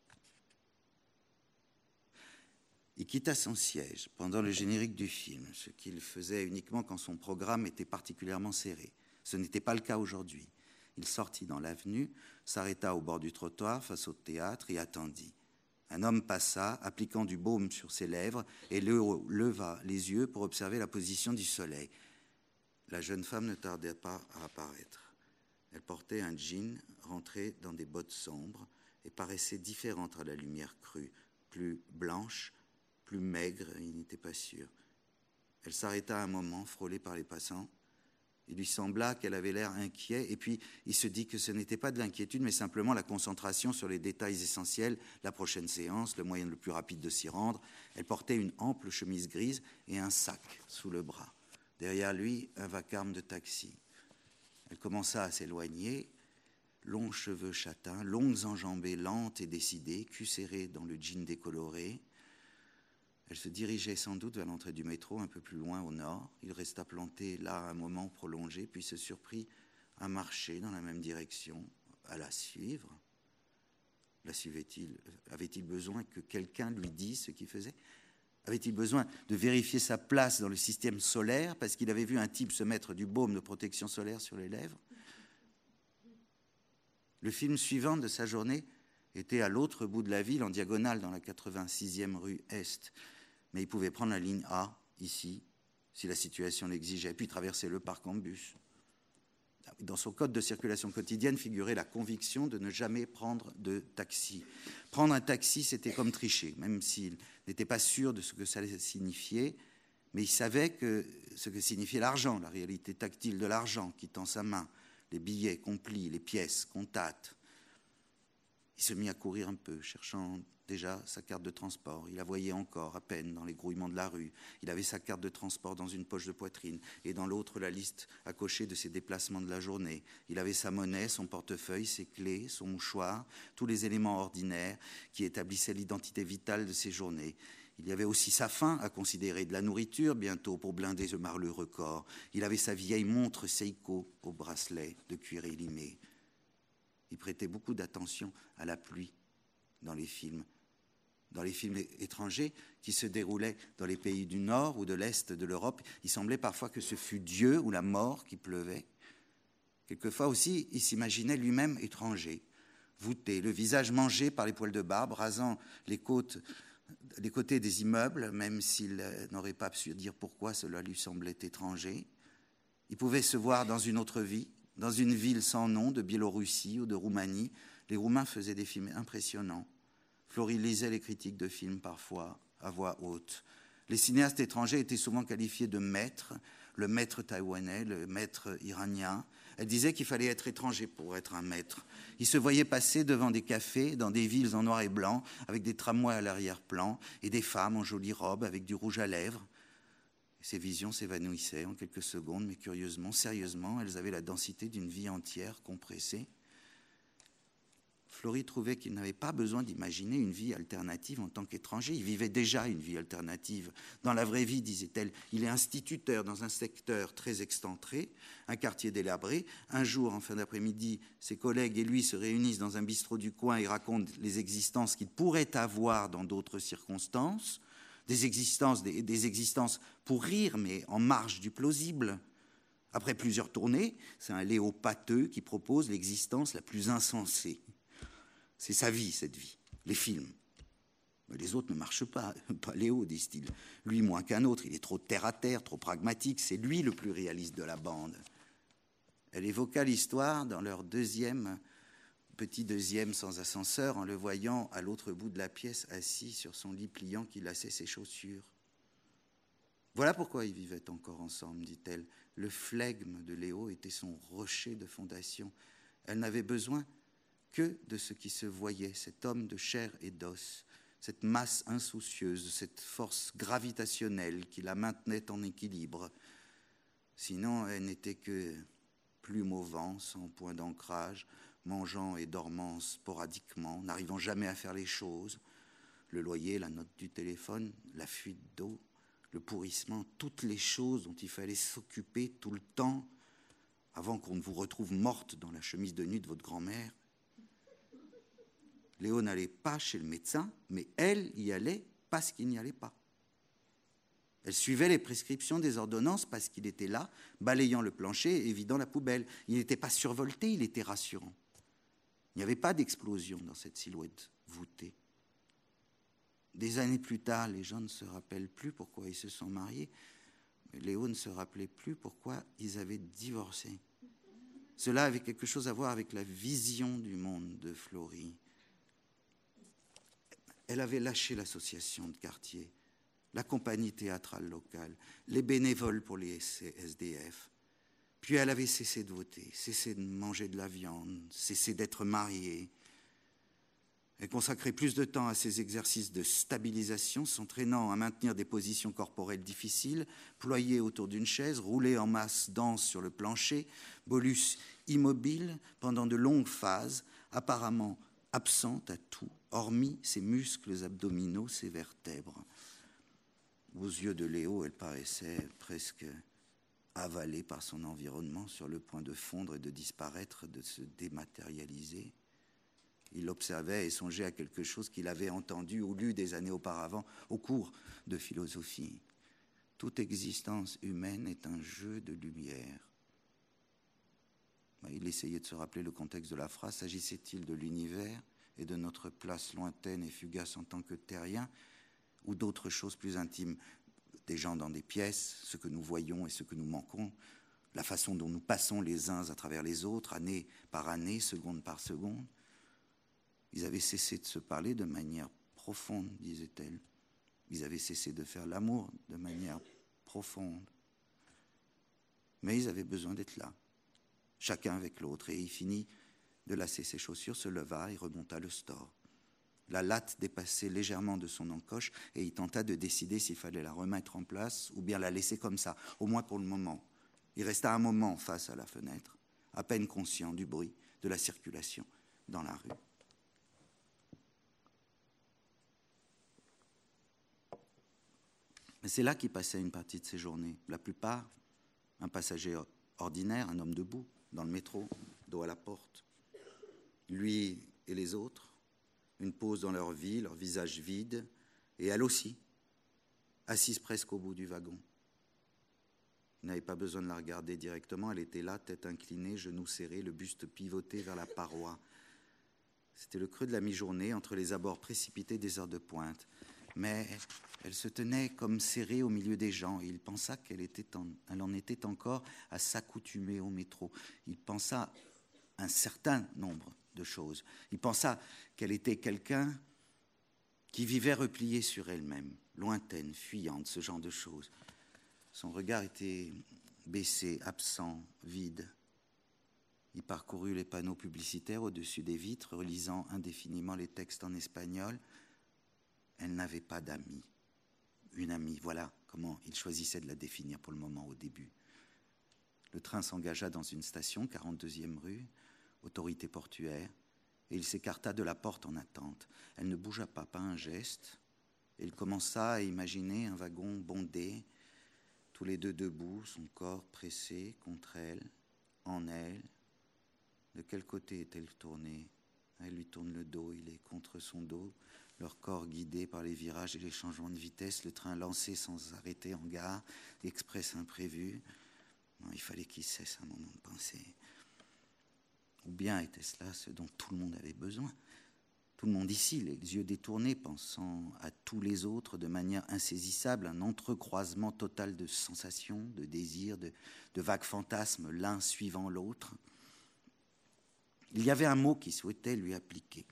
[SPEAKER 1] Il quitta son siège pendant le générique du film, ce qu'il faisait uniquement quand son programme était particulièrement serré. Ce n'était pas le cas aujourd'hui. Il sortit dans l'avenue, s'arrêta au bord du trottoir face au théâtre et attendit. Un homme passa, appliquant du baume sur ses lèvres, et leva les yeux pour observer la position du soleil. La jeune femme ne tardait pas à apparaître. Elle portait un jean rentré dans des bottes sombres et paraissait différente à la lumière crue, plus blanche, plus maigre, il n'était pas sûr. Elle s'arrêta un moment, frôlée par les passants. Il lui sembla qu'elle avait l'air inquiet, et puis il se dit que ce n'était pas de l'inquiétude, mais simplement la concentration sur les détails essentiels, la prochaine séance, le moyen le plus rapide de s'y rendre. Elle portait une ample chemise grise et un sac sous le bras. Derrière lui, un vacarme de taxi. Elle commença à s'éloigner, longs cheveux châtains, longues enjambées lentes et décidées, cul serré dans le jean décoloré. Elle se dirigeait sans doute vers l'entrée du métro, un peu plus loin au nord. Il resta planté là un moment prolongé, puis se surprit à marcher dans la même direction, à la suivre. La suivait-il? Avait-il besoin que quelqu'un lui dise ce qu'il faisait? Avait-il besoin de vérifier sa place dans le système solaire parce qu'il avait vu un type se mettre du baume de protection solaire sur les lèvres? Le film suivant de sa journée était à l'autre bout de la ville, en diagonale dans la quatre-vingt-sixième rue Est. Mais il pouvait prendre la ligne A, ici, si la situation l'exigeait, puis traverser le parc en bus. Dans son code de circulation quotidienne figurait la conviction de ne jamais prendre de taxi. Prendre un taxi, c'était comme tricher, même s'il n'était pas sûr de ce que ça signifiait, mais il savait que ce que signifiait l'argent, la réalité tactile de l'argent qui tend sa main, les billets qu'on plie, les pièces qu'on tâte. Il se mit à courir un peu, cherchant déjà sa carte de transport. Il la voyait encore à peine dans les grouillements de la rue. Il avait sa carte de transport dans une poche de poitrine et dans l'autre la liste à cocher de ses déplacements de la journée. Il avait sa monnaie, son portefeuille, ses clés, son mouchoir, tous les éléments ordinaires qui établissaient l'identité vitale de ses journées. Il y avait aussi sa faim à considérer, de la nourriture bientôt pour blinder ce marleux corps. Il avait sa vieille montre Seiko au bracelet de cuir élimé. Il prêtait beaucoup d'attention à la pluie dans les films. Dans les films étrangers qui se déroulaient dans les pays du Nord ou de l'Est de l'Europe, il semblait parfois que ce fût Dieu ou la mort qui pleuvait. Quelquefois aussi, il s'imaginait lui-même étranger, voûté, le visage mangé par les poils de barbe, rasant les côtes, les côtés des immeubles, même s'il n'aurait pas su dire pourquoi cela lui semblait étranger. Il pouvait se voir dans une autre vie, dans une ville sans nom de Biélorussie ou de Roumanie. Les Roumains faisaient des films impressionnants. Flory lisait les critiques de films parfois, à voix haute. Les cinéastes étrangers étaient souvent qualifiés de maîtres, le maître taïwanais, le maître iranien. Elle disait qu'il fallait être étranger pour être un maître. Il se voyait passer devant des cafés, dans des villes en noir et blanc, avec des tramways à l'arrière-plan, et des femmes en jolies robes, avec du rouge à lèvres. Ces visions s'évanouissaient en quelques secondes, mais curieusement, sérieusement, elles avaient la densité d'une vie entière compressée. Flory trouvait qu'il n'avait pas besoin d'imaginer une vie alternative en tant qu'étranger. Il vivait déjà une vie alternative. Dans la vraie vie, disait-elle, il est instituteur dans un secteur très excentré, un quartier délabré. Un jour, en fin d'après-midi, ses collègues et lui se réunissent dans un bistrot du coin et racontent les existences qu'il pourrait avoir dans d'autres circonstances, des existences, des, des existences pour rire, mais en marge du plausible. Après plusieurs tournées, c'est un Léo pâteux qui propose l'existence la plus insensée. C'est sa vie, cette vie, les films. Mais les autres ne marchent pas, pas Léo, disent-ils. Lui, moins qu'un autre, il est trop terre-à-terre, trop pragmatique, c'est lui le plus réaliste de la bande. Elle évoqua l'histoire dans leur deuxième, petit deuxième sans ascenseur, en le voyant à l'autre bout de la pièce, assis sur son lit pliant qui lassait ses chaussures. Voilà pourquoi ils vivaient encore ensemble, dit-elle. Le flegme de Léo était son rocher de fondation. Elle n'avait besoin que de ce qui se voyait, cet homme de chair et d'os, cette masse insoucieuse, cette force gravitationnelle qui la maintenait en équilibre. Sinon, elle n'était que plume au vent, sans point d'ancrage, mangeant et dormant sporadiquement, n'arrivant jamais à faire les choses. Le loyer, la note du téléphone, la fuite d'eau, le pourrissement, toutes les choses dont il fallait s'occuper tout le temps avant qu'on ne vous retrouve morte dans la chemise de nuit de votre grand-mère. Léo n'allait pas chez le médecin, mais elle y allait parce qu'il n'y allait pas. Elle suivait les prescriptions des ordonnances parce qu'il était là, balayant le plancher et vidant la poubelle. Il n'était pas survolté, il était rassurant. Il n'y avait pas d'explosion dans cette silhouette voûtée. Des années plus tard, les gens ne se rappellent plus pourquoi ils se sont mariés, mais Léo ne se rappelait plus pourquoi ils avaient divorcé. Cela avait quelque chose à voir avec la vision du monde de Flory. Elle avait lâché l'association de quartier, la compagnie théâtrale locale, les bénévoles pour les S D F. Puis elle avait cessé de voter, cessé de manger de la viande, cessé d'être mariée. Elle consacrait plus de temps à ses exercices de stabilisation, s'entraînant à maintenir des positions corporelles difficiles, ployée autour d'une chaise, roulée en masse dense sur le plancher, bolus immobile pendant de longues phases, apparemment absente à tout, hormis ses muscles abdominaux, ses vertèbres. Aux yeux de Léo, elle paraissait presque avalée par son environnement, sur le point de fondre et de disparaître, de se dématérialiser. Il observait et songeait à quelque chose qu'il avait entendu ou lu des années auparavant au cours de philosophie. Toute existence humaine est un jeu de lumière. Il essayait de se rappeler le contexte de la phrase. S'agissait-il de l'univers et de notre place lointaine et fugace en tant que terriens, ou d'autres choses plus intimes, des gens dans des pièces, ce que nous voyons et ce que nous manquons, la façon dont nous passons les uns à travers les autres, année par année, seconde par seconde. Ils avaient cessé de se parler de manière profonde, disait-elle. Ils avaient cessé de faire l'amour de manière profonde. Mais ils avaient besoin d'être là, chacun avec l'autre, et il finit de lasser ses chaussures, se leva et remonta le store. La latte dépassait légèrement de son encoche et il tenta de décider s'il fallait la remettre en place ou bien la laisser comme ça, au moins pour le moment. Il resta un moment face à la fenêtre, à peine conscient du bruit, de la circulation dans la rue. C'est là qu'il passait une partie de ses journées. La plupart, un passager ordinaire, un homme debout, dans le métro, dos à la porte. Lui et les autres, une pause dans leur vie, leur visage vide, et elle aussi, assise presque au bout du wagon. Il n'avait pas besoin de la regarder directement, elle était là, tête inclinée, genoux serrés, le buste pivoté vers la paroi. C'était le creux de la mi-journée, entre les abords précipités des heures de pointe. Mais elle se tenait comme serrée au milieu des gens, et il pensa qu'elle était en, elle en était encore à s'accoutumer au métro. Il pensa un certain nombre de choses. Il pensa qu'elle était quelqu'un qui vivait repliée sur elle-même, lointaine, fuyante, ce genre de choses. Son regard était baissé, absent, vide. Il parcourut les panneaux publicitaires au-dessus des vitres, relisant indéfiniment les textes en espagnol. Elle n'avait pas d'amis. Une amie, voilà comment il choisissait de la définir pour le moment au début. Le train s'engagea dans une station, quarante-deuxième rue, autorité portuaire, et il s'écarta de la porte en attente. Elle ne bougea pas, pas un geste, et il commença à imaginer un wagon bondé, tous les deux debout, son corps pressé contre elle, en elle. De quel côté est-elle tournée? Elle lui tourne le dos, il est contre son dos, leur corps guidé par les virages et les changements de vitesse, le train lancé sans arrêter en gare, express imprévu. Non, il fallait qu'il cesse un moment de penser. Ou bien était-ce là ce dont tout le monde avait besoin? Tout le monde ici, les yeux détournés, pensant à tous les autres de manière insaisissable, un entrecroisement total de sensations, de désirs, de, de vagues fantasmes, l'un suivant l'autre. Il y avait un mot qu'il souhaitait lui appliquer.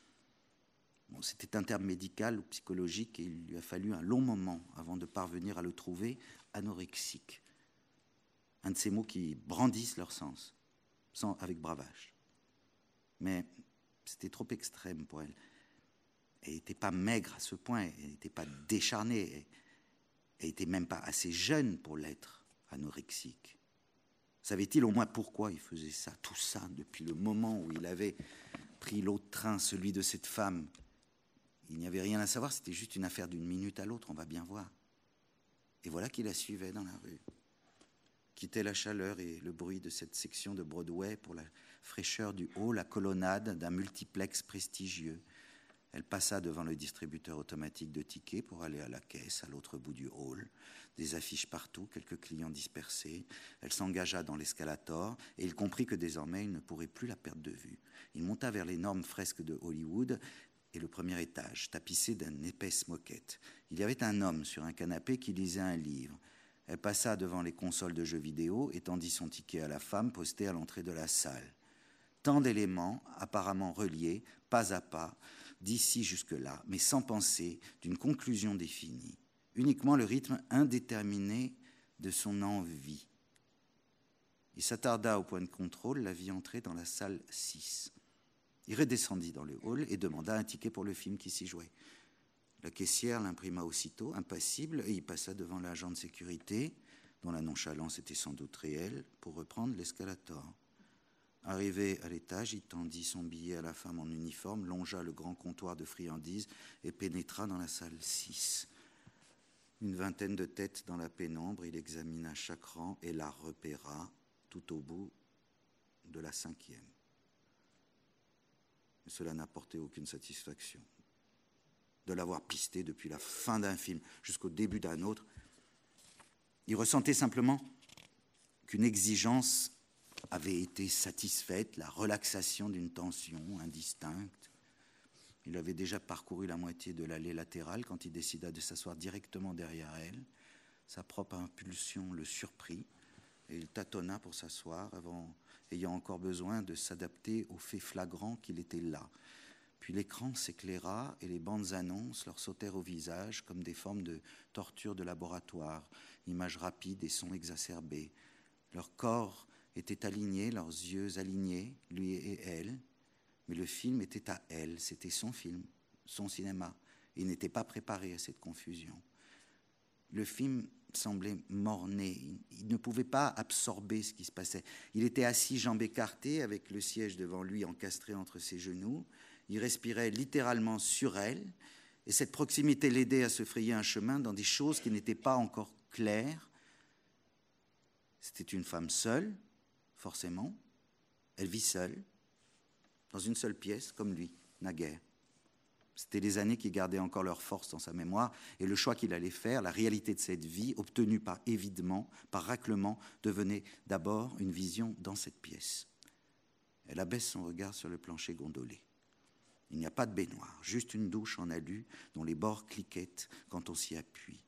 [SPEAKER 1] Bon, c'était un terme médical ou psychologique et il lui a fallu un long moment avant de parvenir à le trouver, anorexique. Un de ces mots qui brandissent leur sens, sans, avec bravage. Mais c'était trop extrême pour elle. Elle n'était pas maigre à ce point, elle n'était pas décharnée, elle n'était même pas assez jeune pour l'être, anorexique. Savait-il au moins pourquoi il faisait ça, tout ça, depuis le moment où il avait pris l'autre train, celui de cette femme? Il n'y avait rien à savoir, c'était juste une affaire d'une minute à l'autre, on va bien voir. Et voilà qu'il la suivait dans la rue. Quittait la chaleur et le bruit de cette section de Broadway pour la fraîcheur du haut, la colonnade d'un multiplex prestigieux. Elle passa devant le distributeur automatique de tickets pour aller à la caisse, à l'autre bout du hall. Des affiches partout, quelques clients dispersés. Elle s'engagea dans l'escalator et il comprit que désormais il ne pourrait plus la perdre de vue. Il monta vers l'énorme fresque de Hollywood et le premier étage, tapissé d'une épaisse moquette. Il y avait un homme sur un canapé qui lisait un livre. Elle passa devant les consoles de jeux vidéo et tendit son ticket à la femme postée à l'entrée de la salle. Tant d'éléments, apparemment reliés, pas à pas, d'ici jusque-là, mais sans penser d'une conclusion définie. Uniquement le rythme indéterminé de son envie. Il s'attarda au point de contrôle, la vit entrer dans la salle six. Il redescendit dans le hall et demanda un ticket pour le film qui s'y jouait. La caissière l'imprima aussitôt, impassible, et il passa devant l'agent de sécurité, dont la nonchalance était sans doute réelle, pour reprendre l'escalator. Arrivé à l'étage, il tendit son billet à la femme en uniforme, longea le grand comptoir de friandises et pénétra dans la salle six. Une vingtaine de têtes dans la pénombre, il examina chaque rang et la repéra tout au bout de la cinquième. Mais cela n'apportait aucune satisfaction. De l'avoir pisté depuis la fin d'un film jusqu'au début d'un autre, il ressentait simplement qu'une exigence avait été satisfaite, la relaxation d'une tension indistincte. Il avait déjà parcouru la moitié de l'allée latérale quand il décida de s'asseoir directement derrière elle. Sa propre impulsion le surprit et il tâtonna pour s'asseoir, avant, ayant encore besoin de s'adapter au fait flagrant qu'il était là. Puis l'écran s'éclaira et les bandes annonces leur sautèrent au visage comme des formes de torture de laboratoire, images rapides et sons exacerbés. Leur corps étaient alignés, leurs yeux alignés, lui et elle, mais le film était à elle, c'était son film, son cinéma. Il n'était pas préparé à cette confusion. Le film semblait morné, il ne pouvait pas absorber ce qui se passait. Il était assis, jambes écartées, avec le siège devant lui encastré entre ses genoux. Il respirait littéralement sur elle, Et cette proximité l'aidait à se frayer un chemin dans des choses qui n'étaient pas encore claires. C'était une femme seule, forcément. Elle vit seule, dans une seule pièce, comme lui, naguère. C'était les années qui gardaient encore leur force dans sa mémoire, et le choix qu'il allait faire, la réalité de cette vie, obtenue par évidement, par raclement, devenait d'abord une vision dans cette pièce. Elle abaisse son regard sur le plancher gondolé. Il n'y a pas de baignoire, juste une douche en alu dont les bords cliquettent quand on s'y appuie.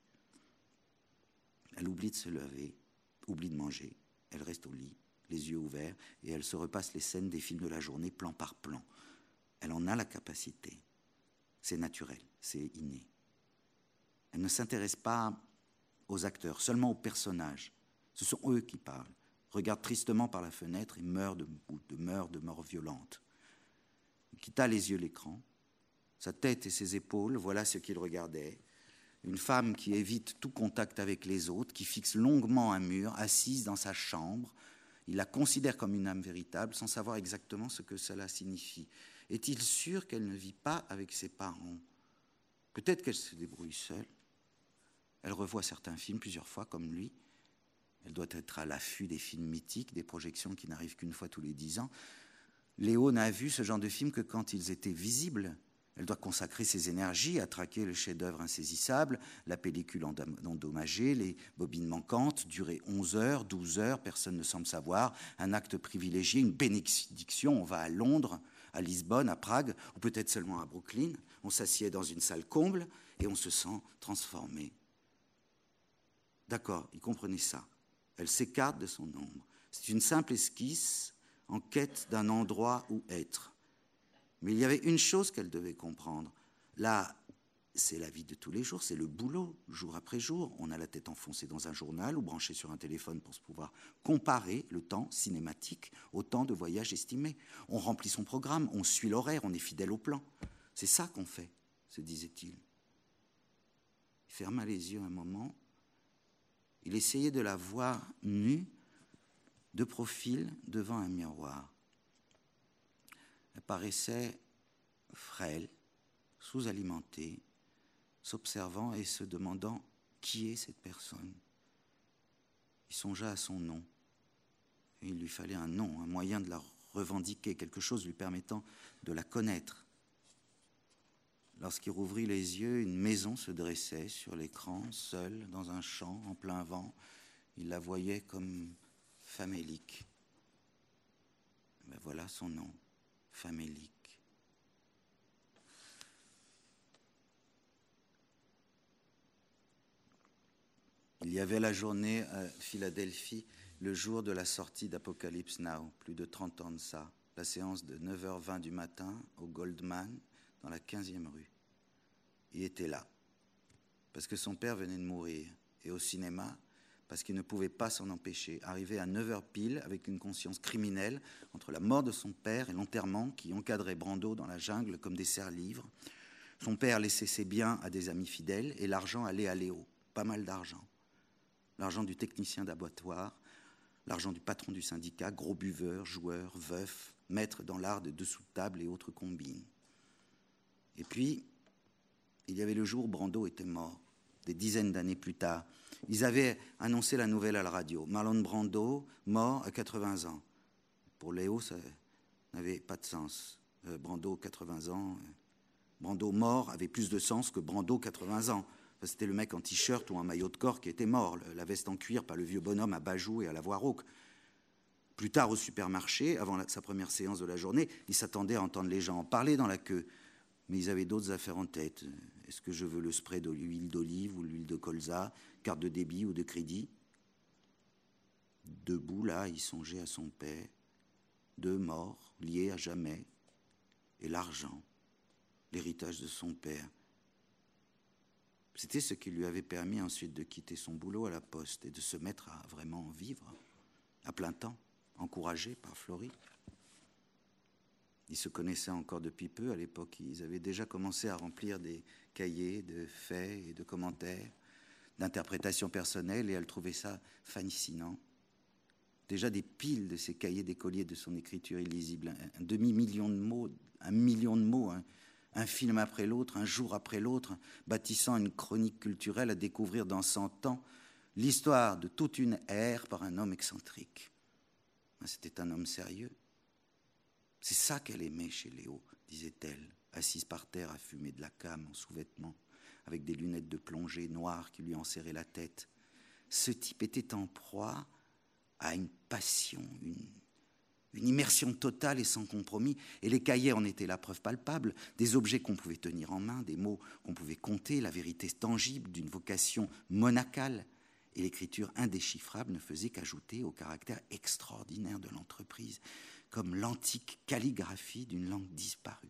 [SPEAKER 1] Elle oublie de se lever, oublie de manger. Elle reste au lit, les yeux ouverts, et elle se repasse les scènes des films de la journée, plan par plan. Elle en a la capacité. C'est naturel, c'est inné. Elle ne s'intéresse pas aux acteurs, seulement aux personnages. Ce sont eux qui parlent, regardent tristement par la fenêtre et meurent de, ou de meurent de mort violente. Il quitta les yeux l'écran, sa tête et ses épaules, voilà ce qu'il regardait. Une femme qui évite tout contact avec les autres, qui fixe longuement un mur, assise dans sa chambre. Il la considère comme une âme véritable, sans savoir exactement ce que cela signifie. Est-il sûr qu'elle ne vit pas avec ses parents? Peut-être qu'elle se débrouille seule. Elle revoit certains films plusieurs fois, comme lui. Elle doit être à l'affût des films mythiques, des projections qui n'arrivent qu'une fois tous les dix ans. Léo n'a vu ce genre de films que quand ils étaient visibles. Elle doit consacrer ses énergies à traquer le chef-d'œuvre insaisissable, la pellicule endommagée, les bobines manquantes, durer onze heures, douze heures, personne ne semble savoir, un acte privilégié, une bénédiction, on va à Londres, à Lisbonne, à Prague, ou peut-être seulement à Brooklyn, on s'assied dans une salle comble et on se sent transformé. D'accord, il comprenait ça. Elle s'écarte de son ombre. C'est une simple esquisse en quête d'un endroit où être. Mais il y avait une chose qu'elle devait comprendre. Là, c'est la vie de tous les jours, c'est le boulot, jour après jour. On a la tête enfoncée dans un journal ou branchée sur un téléphone pour se pouvoir comparer le temps cinématique au temps de voyage estimé. On remplit son programme, on suit l'horaire, on est fidèle au plan. C'est ça qu'on fait, se disait-il. Il ferma les yeux un moment. Il essayait de la voir nue, de profil, devant un miroir. Elle paraissait frêle, sous-alimentée, s'observant et se demandant qui est cette personne. Il songea à son nom. Et il lui fallait un nom, un moyen de la revendiquer, quelque chose lui permettant de la connaître. Lorsqu'il rouvrit les yeux, une maison se dressait sur l'écran, seule, dans un champ, en plein vent. Il la voyait comme famélique. Ben voilà son nom, famélique. Il y avait la journée à Philadelphie, le jour de la sortie d'Apocalypse Now, plus de trente ans de ça, la séance de neuf heures vingt du matin au Goldman, dans la quinzième rue. Il était là, parce que son père venait de mourir, et au cinéma, parce qu'il ne pouvait pas s'en empêcher, arrivé à neuf heures pile, avec une conscience criminelle, entre la mort de son père et l'enterrement qui encadrait Brando dans la jungle comme des serre-livres. Son père laissait ses biens à des amis fidèles, et l'argent allait à Léo, pas mal d'argent. L'argent du technicien d'abattoir, l'argent du patron du syndicat, gros buveur, joueur, veuf, maître dans l'art de dessous de table et autres combines. Et puis, il y avait le jour où Brando était mort, des dizaines d'années plus tard. Ils avaient annoncé la nouvelle à la radio. Marlon Brando, mort à quatre-vingts ans. Pour Léo, ça n'avait pas de sens. Euh, Brando, quatre-vingts ans. Euh, Brando mort avait plus de sens que Brando, quatre-vingts ans. C'était le mec en t-shirt ou en maillot de corps qui était mort, la veste en cuir par le vieux bonhomme à Bajou et à la voix rauque. Plus tard, au supermarché, avant la, sa première séance de la journée, il s'attendait à entendre les gens en parler dans la queue. Mais ils avaient d'autres affaires en tête. Est-ce que je veux le spray d'huile d'olive ou l'huile de colza, carte de débit ou de crédit? Debout, là, il songeait à son père, deux morts, liés à jamais, et l'argent, l'héritage de son père. C'était ce qui lui avait permis ensuite de quitter son boulot à la poste et de se mettre à vraiment vivre, à plein temps, encouragé par Flori. Ils se connaissaient encore depuis peu. À l'époque, ils avaient déjà commencé à remplir des cahiers de faits et de commentaires, d'interprétations personnelles, et elle trouvait ça fascinant. Déjà des piles de ces cahiers d'écoliers de son écriture illisible, un, un demi-million de mots, un million de mots, hein, un film après l'autre, un jour après l'autre, bâtissant une chronique culturelle à découvrir dans cent ans, l'histoire de toute une ère par un homme excentrique. C'était un homme sérieux. C'est ça qu'elle aimait chez Léo, disait-elle, assise par terre à fumer de la came en sous-vêtements, avec des lunettes de plongée noires qui lui enserraient la tête. Ce type était en proie à une passion, une, une immersion totale et sans compromis. Et les cahiers en étaient la preuve palpable, des objets qu'on pouvait tenir en main, des mots qu'on pouvait compter, la vérité tangible d'une vocation monacale. Et l'écriture indéchiffrable ne faisait qu'ajouter au caractère extraordinaire de l'entreprise, comme l'antique calligraphie d'une langue disparue.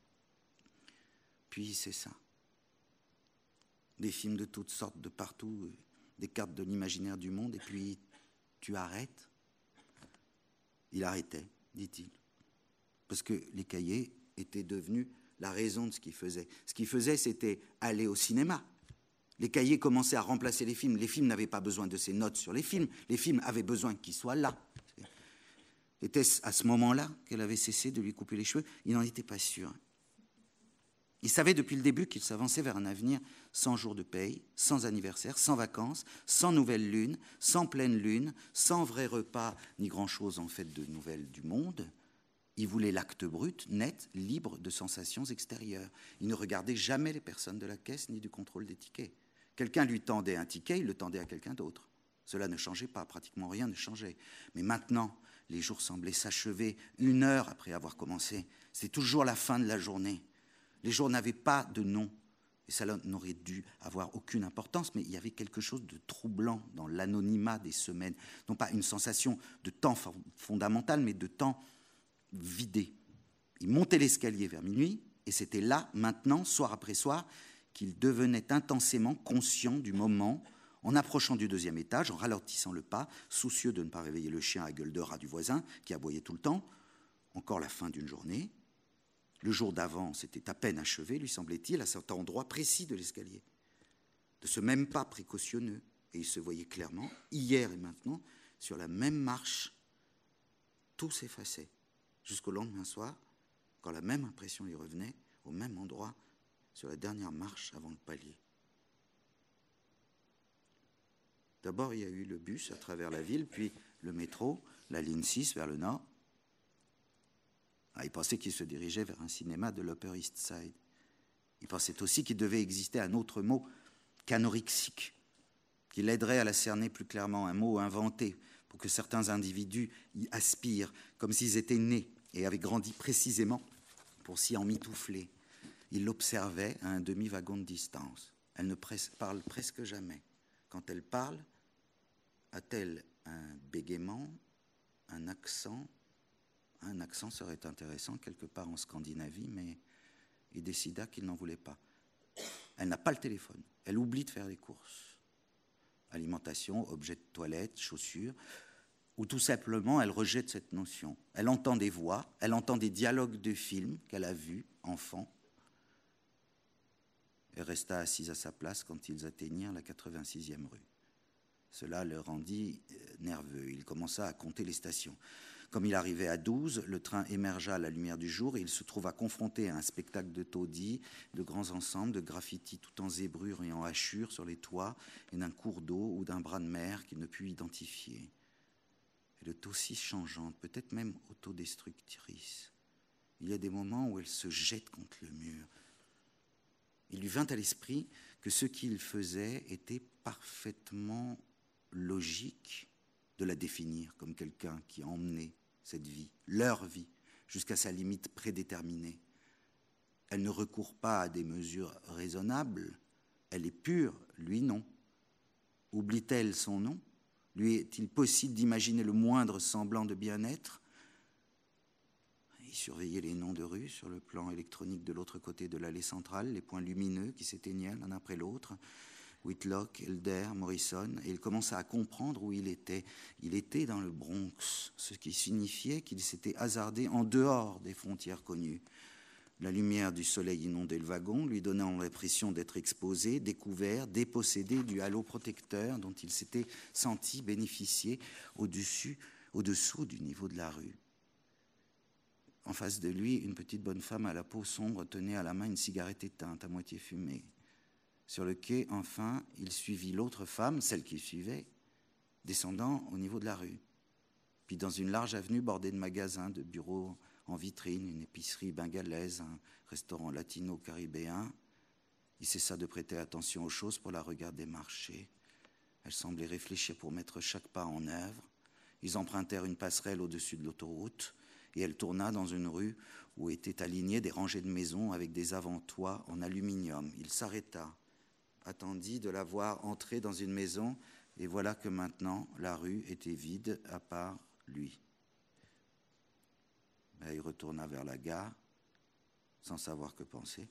[SPEAKER 1] Puis c'est ça. Des films de toutes sortes, de partout, des cartes de l'imaginaire du monde, et puis tu arrêtes. Il arrêtait, dit-il, parce que les cahiers étaient devenus la raison de ce qu'il faisait. Ce qu'il faisait, c'était aller au cinéma. Les cahiers commençaient à remplacer les films. Les films n'avaient pas besoin de ses notes sur les films. Les films avaient besoin qu'ils soient là. Était-ce à ce moment-là qu'elle avait cessé de lui couper les cheveux? Il n'en était pas sûr. Il savait depuis le début qu'il s'avançait vers un avenir sans jour de paye, sans anniversaire, sans vacances, sans nouvelle lune, sans pleine lune, sans vrai repas, ni grand-chose en fait de nouvelles du monde. Il voulait l'acte brut, net, libre de sensations extérieures. Il ne regardait jamais les personnes de la caisse ni du contrôle des tickets. Quelqu'un lui tendait un ticket, il le tendait à quelqu'un d'autre. Cela ne changeait pas, pratiquement rien ne changeait. Mais maintenant, les jours semblaient s'achever une heure après avoir commencé. C'était toujours la fin de la journée. Les jours n'avaient pas de nom. Et ça n'aurait dû avoir aucune importance, mais il y avait quelque chose de troublant dans l'anonymat des semaines. Non pas une sensation de temps fondamental, mais de temps vidé. Il montait l'escalier vers minuit, et c'était là, maintenant, soir après soir, qu'il devenait intensément conscient du moment, en approchant du deuxième étage, en ralentissant le pas, soucieux de ne pas réveiller le chien à gueule de rat du voisin, qui aboyait tout le temps. Encore la fin d'une journée. Le jour d'avant, c'était à peine achevé, lui semblait-il, à cet endroit précis de l'escalier. De ce même pas précautionneux, et il se voyait clairement, hier et maintenant, sur la même marche, tout s'effaçait, jusqu'au lendemain soir, quand la même impression lui revenait, au même endroit, sur la dernière marche avant le palier. D'abord, il y a eu le bus à travers la ville, puis le métro, la ligne six vers le nord. Ah, il pensait qu'il se dirigeait vers un cinéma de l'Upper East Side. Il pensait aussi qu'il devait exister un autre mot, qu'anorexique, qui l'aiderait à la cerner plus clairement, un mot inventé pour que certains individus y aspirent, comme s'ils étaient nés et avaient grandi précisément pour s'y emmitoufler. Il l'observait à un demi-wagon de distance. Elle ne presse, parle presque jamais. Quand elle parle, a-t-elle un bégaiement, un accent? Un accent serait intéressant quelque part en Scandinavie, mais il décida qu'il n'en voulait pas. Elle n'a pas le téléphone. Elle oublie de faire les courses. Alimentation, objets de toilette, chaussures, ou tout simplement elle rejette cette notion. Elle entend des voix, elle entend des dialogues de films qu'elle a vus, enfant. Elle resta assise à sa place quand ils atteignirent la quatre-vingt-sixième rue. Cela le rendit nerveux. Il commença à compter les stations. Comme il arrivait à douze, le train émergea à la lumière du jour et il se trouva confronté à un spectacle de taudis, de grands ensembles, de graffitis tout en zébrure et en hachures sur les toits, et d'un cours d'eau ou d'un bras de mer qu'il ne put identifier. Elle est aussi changeante, peut-être même autodestructrice. Il y a des moments où elle se jette contre le mur. Il lui vint à l'esprit que ce qu'il faisait était parfaitement logique de la définir comme quelqu'un qui a emmené cette vie, leur vie, jusqu'à sa limite prédéterminée. Elle ne recourt pas à des mesures raisonnables, elle est pure, lui non. Oublie-t-elle son nom? Lui est-il possible d'imaginer le moindre semblant de bien-être? Il surveillait les noms de rues sur le plan électronique de l'autre côté de l'allée centrale, les points lumineux qui s'éteignaient l'un après l'autre. Whitlock, Elder, Morrison, et il commença à comprendre où il était. Il était dans le Bronx, ce qui signifiait qu'il s'était hasardé en dehors des frontières connues. La lumière du soleil inondait le wagon, lui donnant l'impression d'être exposé, découvert, dépossédé du halo protecteur dont il s'était senti bénéficier au-dessus, au-dessous du niveau de la rue. En face de lui, une petite bonne femme à la peau sombre tenait à la main une cigarette éteinte, à moitié fumée. Sur le quai, enfin, il suivit l'autre femme, celle qui suivait, descendant au niveau de la rue. Puis dans une large avenue bordée de magasins, de bureaux en vitrine, une épicerie bengalaise, un restaurant latino-caribéen, il cessa de prêter attention aux choses pour la regarder marcher. Elle semblait réfléchir pour mettre chaque pas en œuvre. Ils empruntèrent une passerelle au-dessus de l'autoroute et elle tourna dans une rue où étaient alignées des rangées de maisons avec des avant-toits en aluminium. Il s'arrêta, attendit de la voir entrer dans une maison et voilà que maintenant la rue était vide à part lui. Mais il retourna vers la gare sans savoir que penser.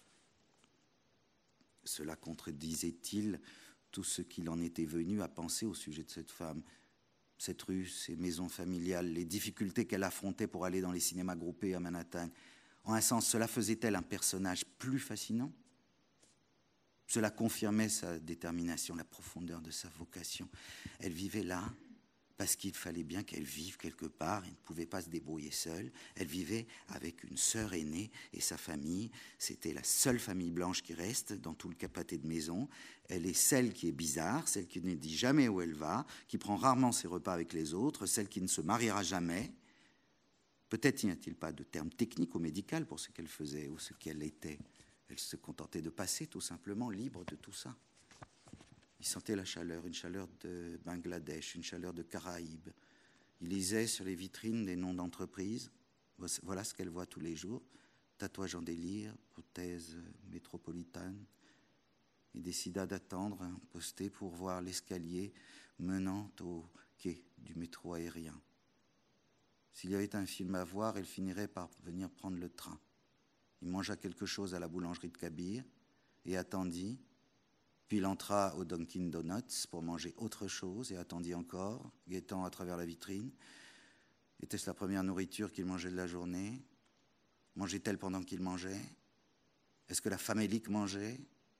[SPEAKER 1] Cela contredisait-il tout ce qu'il en était venu à penser au sujet de cette femme? Cette rue, ces maisons familiales, les difficultés qu'elle affrontait pour aller dans les cinémas groupés à Manhattan. En un sens, cela faisait-elle un personnage plus fascinant? Cela confirmait sa détermination, la profondeur de sa vocation. Elle vivait là parce qu'il fallait bien qu'elle vive quelque part. Elle ne pouvait pas se débrouiller seule. Elle vivait avec une sœur aînée et sa famille. C'était la seule famille blanche qui reste dans tout le pâté de maison. Elle est celle qui est bizarre, celle qui ne dit jamais où elle va, qui prend rarement ses repas avec les autres, celle qui ne se mariera jamais. Peut-être n'y a-t-il pas de terme technique ou médical pour ce qu'elle faisait ou ce qu'elle était. Elle se contentait de passer tout simplement libre de tout ça. Il sentait la chaleur, une chaleur de Bangladesh, une chaleur de Caraïbes. Il lisait sur les vitrines des noms d'entreprises. Voilà ce qu'elle voit tous les jours. Tatouage en délire, prothèse métropolitaine. Il décida d'attendre un posté pour voir l'escalier menant au quai du métro aérien. S'il y avait un film à voir, elle finirait par venir prendre le train. Il mangea quelque chose à la boulangerie de Kabir et attendit. Puis il entra au Dunkin' Donuts pour manger autre chose et attendit encore, guettant à travers la vitrine. Était-ce la première nourriture qu'il mangeait de la journée? Mangeait-elle pendant qu'il mangeait? Est-ce que la famélique mangeait?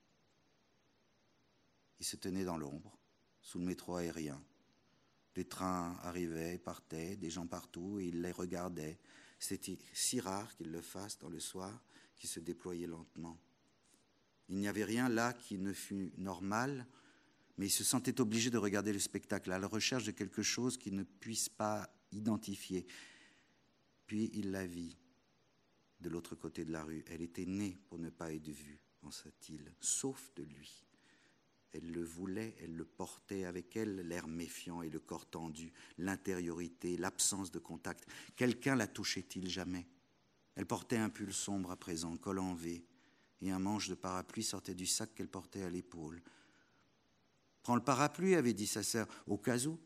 [SPEAKER 1] Il se tenait dans l'ombre, sous le métro aérien. Les trains arrivaient, partaient, des gens partout, et il les regardait. C'était si rare qu'il le fasse dans le soir, qu'il se déployait lentement. Il n'y avait rien là qui ne fût normal, mais il se sentait obligé de regarder le spectacle, à la recherche de quelque chose qu'il ne puisse pas identifier. Puis il la vit de l'autre côté de la rue. Elle était née pour ne pas être vue, pensa-t-il, sauf de lui. Elle le voulait, elle le portait avec elle, l'air méfiant et le corps tendu, l'intériorité, l'absence de contact. Quelqu'un la touchait-il jamais? Elle portait un pull sombre à présent, col en V, et un manche de parapluie sortait du sac qu'elle portait à l'épaule. « Prends le parapluie », avait dit sa sœur, « au cas où ».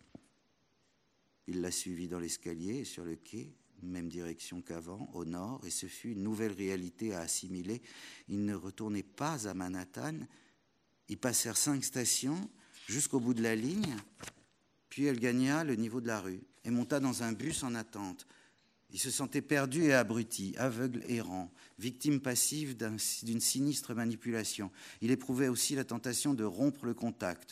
[SPEAKER 1] Il la suivit dans l'escalier et sur le quai, même direction qu'avant, au nord, et ce fut une nouvelle réalité à assimiler. Il ne retournait pas à Manhattan. Ils passèrent cinq stations jusqu'au bout de la ligne, puis elle gagna le niveau de la rue et monta dans un bus en attente. Il se sentait perdu et abruti, aveugle errant, victime passive d'un, d'une sinistre manipulation. Il éprouvait aussi la tentation de rompre le contact.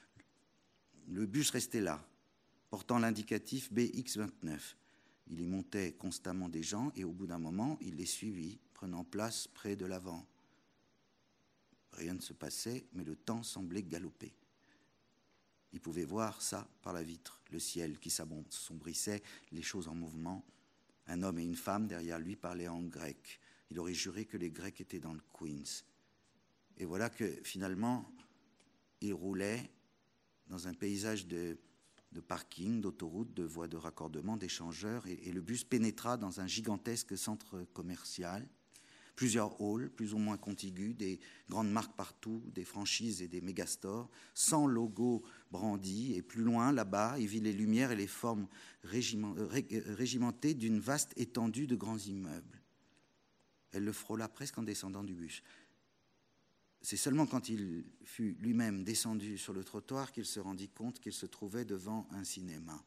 [SPEAKER 1] Le bus restait là, portant l'indicatif B X vingt-neuf. Il y montait constamment des gens et au bout d'un moment, il les suivit, prenant place près de l'avant. Rien ne se passait, mais le temps semblait galoper. Il pouvait voir ça par la vitre, le ciel qui s'assombrissait, les choses en mouvement. Un homme et une femme derrière lui parlaient en grec. Il aurait juré que les Grecs étaient dans le Queens. Et voilà que finalement, il roulait dans un paysage de, de parking, d'autoroute, de voies de raccordement, d'échangeurs, et, et le bus pénétra dans un gigantesque centre commercial. Plusieurs halls, plus ou moins contigus, des grandes marques partout, des franchises et des mégastores, sans logo brandi. Et plus loin, là-bas, il vit les lumières et les formes régiment, ré, régimentées d'une vaste étendue de grands immeubles. Elle le frôla presque en descendant du bus. C'est seulement quand il fut lui-même descendu sur le trottoir qu'il se rendit compte qu'il se trouvait devant un cinéma.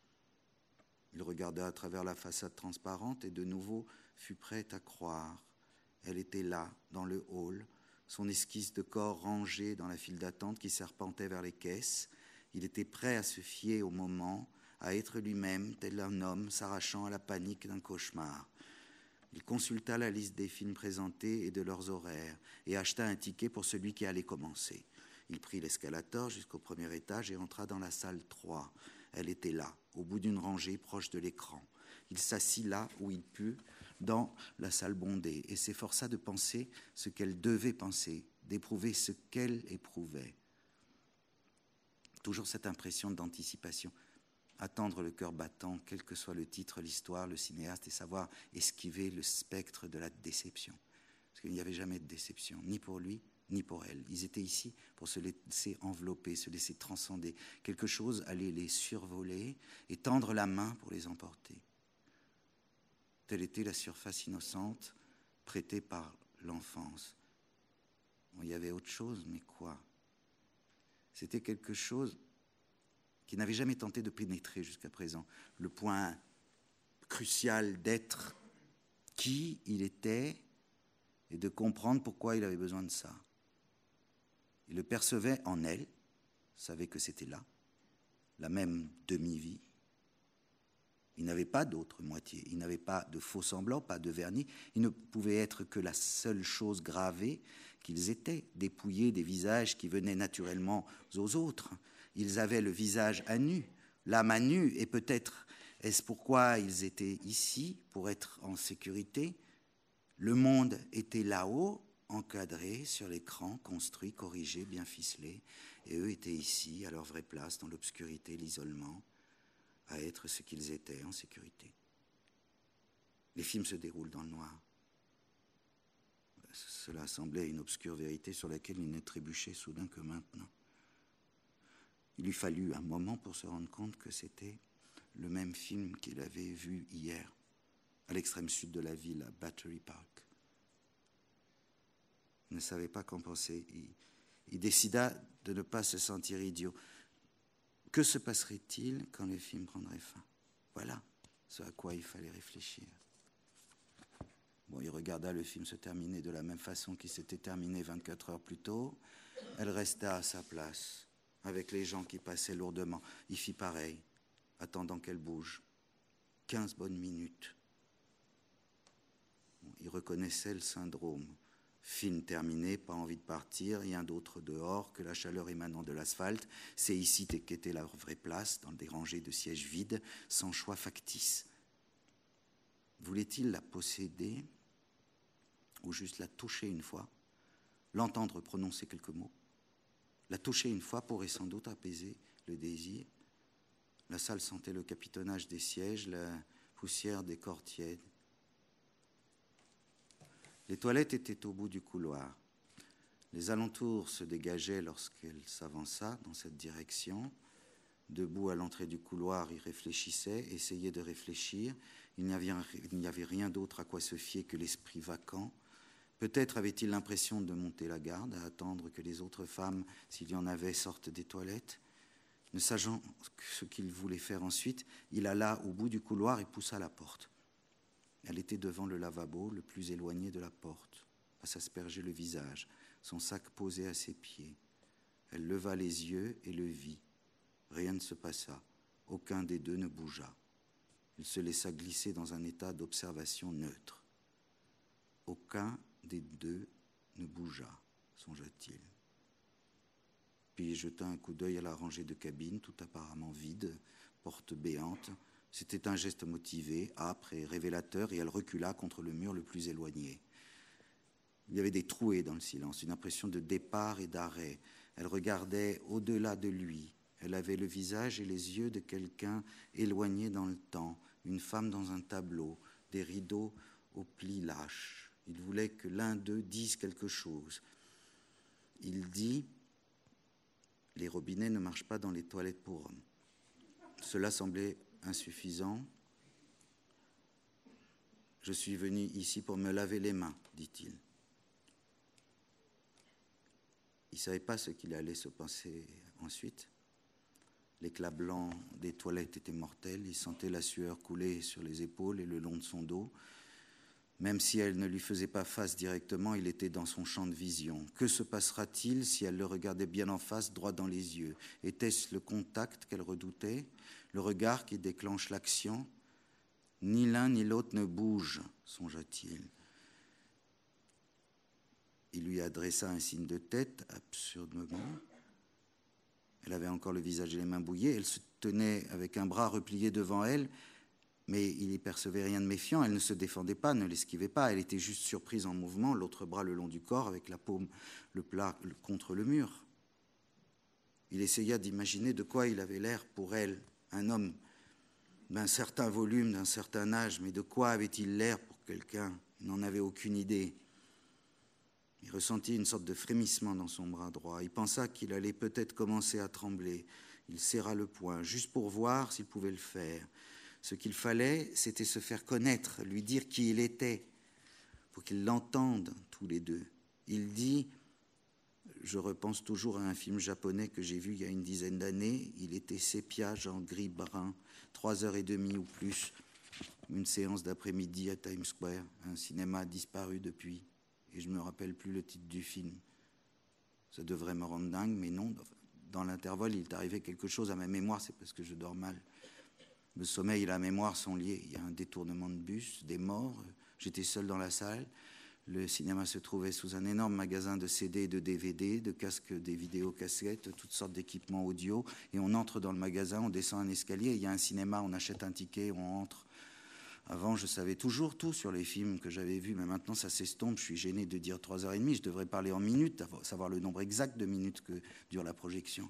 [SPEAKER 1] Il regarda à travers la façade transparente et de nouveau fut prêt à croire. Elle était là, dans le hall, son esquisse de corps rangée dans la file d'attente qui serpentait vers les caisses. Il était prêt à se fier au moment, à être lui-même, tel un homme s'arrachant à la panique d'un cauchemar. Il consulta la liste des films présentés et de leurs horaires et acheta un ticket pour celui qui allait commencer. Il prit l'escalator jusqu'au premier étage et entra dans la salle trois. Elle était là, au bout d'une rangée proche de l'écran. Il s'assit là où il put, dans la salle bondée, et s'efforça de penser ce qu'elle devait penser, d'éprouver ce qu'elle éprouvait. Toujours cette impression d'anticipation, attendre le cœur battant, quel que soit le titre, l'histoire, le cinéaste, et savoir esquiver le spectre de la déception. Parce qu'il n'y avait jamais de déception, ni pour lui, ni pour elle. Ils étaient ici pour se laisser envelopper, se laisser transcender. Quelque chose allait les survoler et tendre la main pour les emporter. Telle était la surface innocente prêtée par l'enfance. Bon, il y avait autre chose, mais quoi? C'était quelque chose qui n'avait jamais tenté de pénétrer jusqu'à présent. Le point crucial d'être qui il était et de comprendre pourquoi il avait besoin de ça. Il le percevait en elle, savait que c'était là, la même demi-vie. Il n'avait pas d'autre moitié, il n'avait pas de faux semblants, pas de vernis. Il ne pouvait être que la seule chose gravée qu'ils étaient, dépouillés des visages qui venaient naturellement aux autres. Ils avaient le visage à nu, l'âme à nu, et peut-être est-ce pourquoi ils étaient ici, pour être en sécurité. Le monde était là-haut, encadré sur l'écran, construit, corrigé, bien ficelé, et eux étaient ici, à leur vraie place, dans l'obscurité, l'isolement, à être ce qu'ils étaient, en sécurité. Les films se déroulent dans le noir. Cela semblait une obscure vérité sur laquelle il ne trébuchait soudain que maintenant. Il lui fallut un moment pour se rendre compte que c'était le même film qu'il avait vu hier, à l'extrême sud de la ville, à Battery Park. Il ne savait pas qu'en penser. Il, il décida de ne pas se sentir idiot. Que se passerait-il quand le film prendrait fin? Voilà ce à quoi il fallait réfléchir. Bon, il regarda le film se terminer de la même façon qu'il s'était terminé vingt-quatre heures plus tôt. Elle resta à sa place, avec les gens qui passaient lourdement. Il fit pareil, attendant qu'elle bouge. Quinze bonnes minutes. Bon, il reconnaissait le syndrome. Film terminé, pas envie de partir, rien d'autre dehors que la chaleur émanant de l'asphalte. C'est ici qu'était leur vraie place, dans des rangées de sièges vides, sans choix factice. Voulait-il la posséder ou juste la toucher une fois, l'entendre prononcer quelques mots? La toucher une fois pourrait sans doute apaiser le désir. La salle sentait le capitonnage des sièges, la poussière des corps tièdes. Les toilettes étaient au bout du couloir. Les alentours se dégageaient lorsqu'elle s'avança dans cette direction. Debout à l'entrée du couloir, il réfléchissait, essayait de réfléchir. Il n'y avait, il n'y avait rien d'autre à quoi se fier que l'esprit vacant. Peut-être avait-il l'impression de monter la garde, à attendre que les autres femmes, s'il y en avait, sortent des toilettes. Ne sachant ce qu'il voulait faire ensuite, il alla au bout du couloir et poussa la porte. Elle était devant le lavabo, le plus éloigné de la porte, à s'asperger le visage, son sac posé à ses pieds. Elle leva les yeux et le vit. Rien ne se passa. Aucun des deux ne bougea. Il se laissa glisser dans un état d'observation neutre. Aucun des deux ne bougea, songea-t-il. Puis il jeta un coup d'œil à la rangée de cabines, tout apparemment vide, porte béante. C'était un geste motivé, âpre et révélateur, et elle recula contre le mur le plus éloigné. Il y avait des trouées dans le silence, une impression de départ et d'arrêt. Elle regardait au-delà de lui. Elle avait le visage et les yeux de quelqu'un éloigné dans le temps, une femme dans un tableau, des rideaux aux plis lâches. Il voulait que l'un d'eux dise quelque chose. Il dit « Les robinets ne marchent pas dans les toilettes pour hommes ». Cela semblait insuffisant. « Je suis venu ici pour me laver les mains, dit-il. » Il ne savait pas ce qu'il allait se passer ensuite. L'éclat blanc des toilettes était mortel. Il sentait la sueur couler sur les épaules et le long de son dos. Même si elle ne lui faisait pas face directement, il était dans son champ de vision. Que se passera-t-il si elle le regardait bien en face, droit dans les yeux? Était-ce le contact qu'elle redoutait, le regard qui déclenche l'action? Ni l'un ni l'autre ne bouge, songea-t-il. Il lui adressa un signe de tête, absurdement. Elle avait encore le visage et les mains bouillées. Elle se tenait avec un bras replié devant elle, mais il n'y percevait rien de méfiant. Elle ne se défendait pas, ne l'esquivait pas. Elle était juste surprise en mouvement, l'autre bras le long du corps, avec la paume, le plat contre le mur. Il essaya d'imaginer de quoi il avait l'air pour elle, un homme d'un certain volume, d'un certain âge, mais de quoi avait-il l'air pour quelqu'un? Il n'en avait aucune idée. Il ressentit une sorte de frémissement dans son bras droit. Il pensa qu'il allait peut-être commencer à trembler. Il serra le poing, juste pour voir s'il pouvait le faire. Ce qu'il fallait, c'était se faire connaître, lui dire qui il était, pour qu'ils l'entendent tous les deux. Il dit, je repense toujours à un film japonais que j'ai vu il y a une dizaine d'années, il était sépia, en gris-brun, trois heures et demie ou plus, une séance d'après-midi à Times Square, un cinéma disparu depuis. Et je ne me rappelle plus le titre du film. Ça devrait me rendre dingue, mais non. Dans l'intervalle, il est arrivé quelque chose à ma mémoire, c'est parce que je dors mal. Le sommeil et la mémoire sont liés. Il y a un détournement de bus, des morts. J'étais seul dans la salle. Le cinéma se trouvait sous un énorme magasin de C D et de D V D, de casques, des vidéocassettes, toutes sortes d'équipements audio. Et on entre dans le magasin, on descend un escalier, il y a un cinéma, on achète un ticket, on entre. Avant, je savais toujours tout sur les films que j'avais vus, mais maintenant, ça s'estompe. Je suis gêné de dire trois heures et demie. Je devrais parler en minutes, savoir le nombre exact de minutes que dure la projection.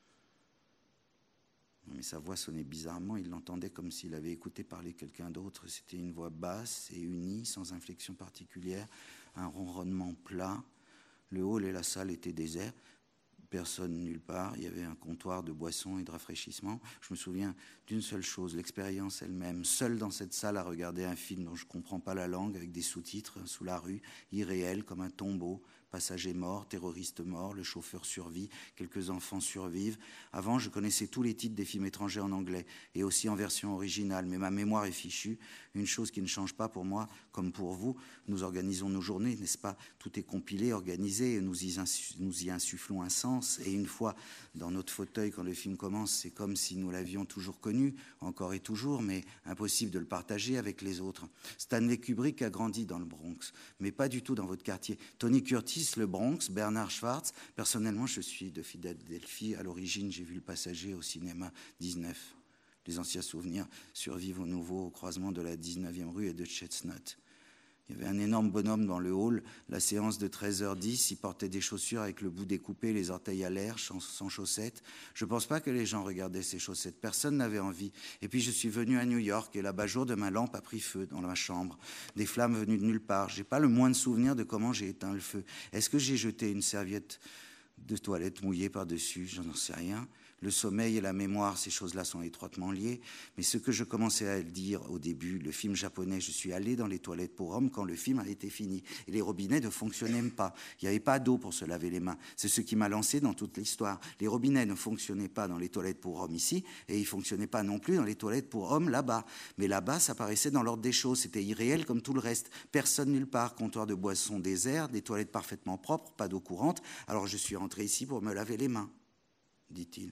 [SPEAKER 1] Mais sa voix sonnait bizarrement. Il l'entendait comme s'il avait écouté parler quelqu'un d'autre. C'était une voix basse et unie, sans inflexion particulière, un ronronnement plat. Le hall et la salle étaient déserts. Personne nulle part, il y avait un comptoir de boissons et de rafraîchissement. Je me souviens d'une seule chose, l'expérience elle-même, seul dans cette salle à regarder un film dont je ne comprends pas la langue, avec des sous-titres, sous la rue, irréel comme un tombeau, passager mort, terroriste mort, le chauffeur survit, quelques enfants survivent. Avant, je connaissais tous les titres des films étrangers en anglais, et aussi en version originale, mais ma mémoire est fichue. Une chose qui ne change pas pour moi, comme pour vous, nous organisons nos journées, n'est-ce pas? Tout est compilé, organisé, et nous y, insu- nous y insufflons un sens, et une fois dans notre fauteuil, quand le film commence, c'est comme si nous l'avions toujours connu, encore et toujours, mais impossible de le partager avec les autres. Stanley Kubrick a grandi dans le Bronx, mais pas du tout dans votre quartier. Tony Curtis, le Bronx, Bernard Schwartz. Personnellement, je suis de Philadelphie. À l'origine, j'ai vu Le Passager au cinéma dix-neuf. Les anciens souvenirs survivent au nouveau au croisement de la dix-neuvième rue et de Chestnut. Il y avait un énorme bonhomme dans le hall. La séance de treize heures dix, il portait des chaussures avec le bout découpé, les orteils à l'air, sans chaussettes. Je ne pense pas que les gens regardaient ces chaussettes. Personne n'avait envie. Et puis je suis venu à New York et l'abat-jour de ma lampe a pris feu dans ma chambre. Des flammes venues de nulle part. Je n'ai pas le moindre souvenir de comment j'ai éteint le feu. Est-ce que j'ai jeté une serviette de toilette mouillée par-dessus? J'en sais rien. Le sommeil et la mémoire, ces choses-là sont étroitement liées. Mais ce que je commençais à dire au début, le film japonais, je suis allé dans les toilettes pour hommes quand le film a été fini. Et les robinets ne fonctionnaient même pas. Il n'y avait pas d'eau pour se laver les mains. C'est ce qui m'a lancé dans toute l'histoire. Les robinets ne fonctionnaient pas dans les toilettes pour hommes ici, et ils ne fonctionnaient pas non plus dans les toilettes pour hommes là-bas. Mais là-bas, ça paraissait dans l'ordre des choses. C'était irréel comme tout le reste. Personne nulle part, comptoir de boissons désert, des toilettes parfaitement propres, pas d'eau courante. Alors je suis rentré ici pour me laver les mains, dit-il.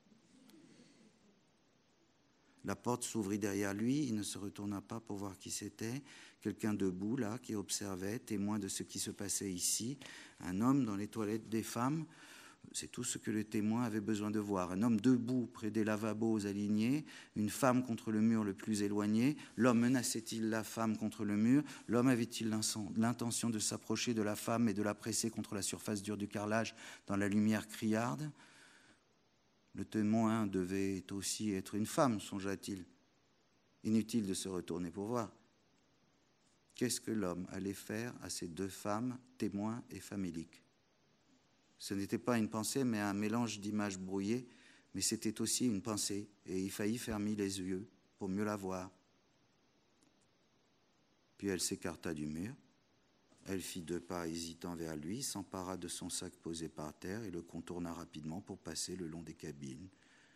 [SPEAKER 1] La porte s'ouvrit derrière lui, il ne se retourna pas pour voir qui c'était. Quelqu'un debout, là, qui observait, témoin de ce qui se passait ici. Un homme dans les toilettes des femmes, c'est tout ce que le témoin avait besoin de voir. Un homme debout près des lavabos alignés, une femme contre le mur le plus éloigné. L'homme menaçait-il la femme contre le mur? L'homme avait-il l'intention de s'approcher de la femme et de la presser contre la surface dure du carrelage dans la lumière criarde? Le témoin devait aussi être une femme, songea-t-il. Inutile de se retourner pour voir. Qu'est-ce que l'homme allait faire à ces deux femmes, témoins et faméliques? Ce n'était pas une pensée, mais un mélange d'images brouillées, mais c'était aussi une pensée, et il faillit fermer les yeux pour mieux la voir. Puis elle s'écarta du mur. Elle fit deux pas hésitants vers lui, s'empara de son sac posé par terre et le contourna rapidement pour passer le long des cabines.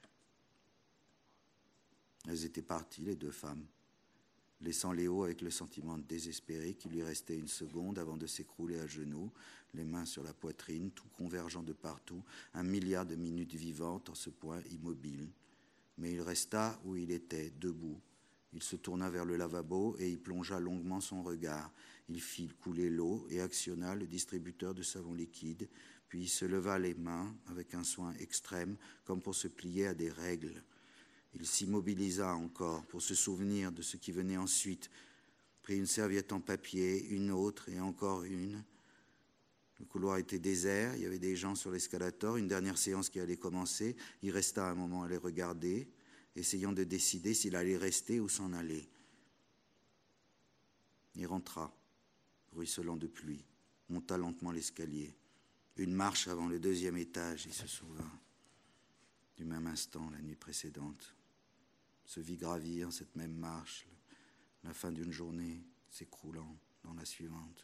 [SPEAKER 1] Elles étaient parties, les deux femmes, laissant Léo avec le sentiment désespéré qu'il lui restait une seconde avant de s'écrouler à genoux, les mains sur la poitrine, tout convergeant de partout, un milliard de minutes vivantes en ce point immobile. Mais il resta où il était, debout, Il se tourna vers le lavabo et y plongea longuement son regard. Il fit couler l'eau et actionna le distributeur de savon liquide, puis il se leva les mains avec un soin extrême, comme pour se plier à des règles. Il s'immobilisa encore pour se souvenir de ce qui venait ensuite, prit une serviette en papier, une autre et encore une. Le couloir était désert, il y avait des gens sur l'escalator, une dernière séance qui allait commencer. Il resta un moment à les regarder, essayant de décider s'il allait rester ou s'en aller. Il rentra, ruisselant de pluie, monta lentement l'escalier. Une marche avant le deuxième étage, il se souvint. Du même instant, la nuit précédente, se vit gravir cette même marche, la fin d'une journée s'écroulant dans la suivante.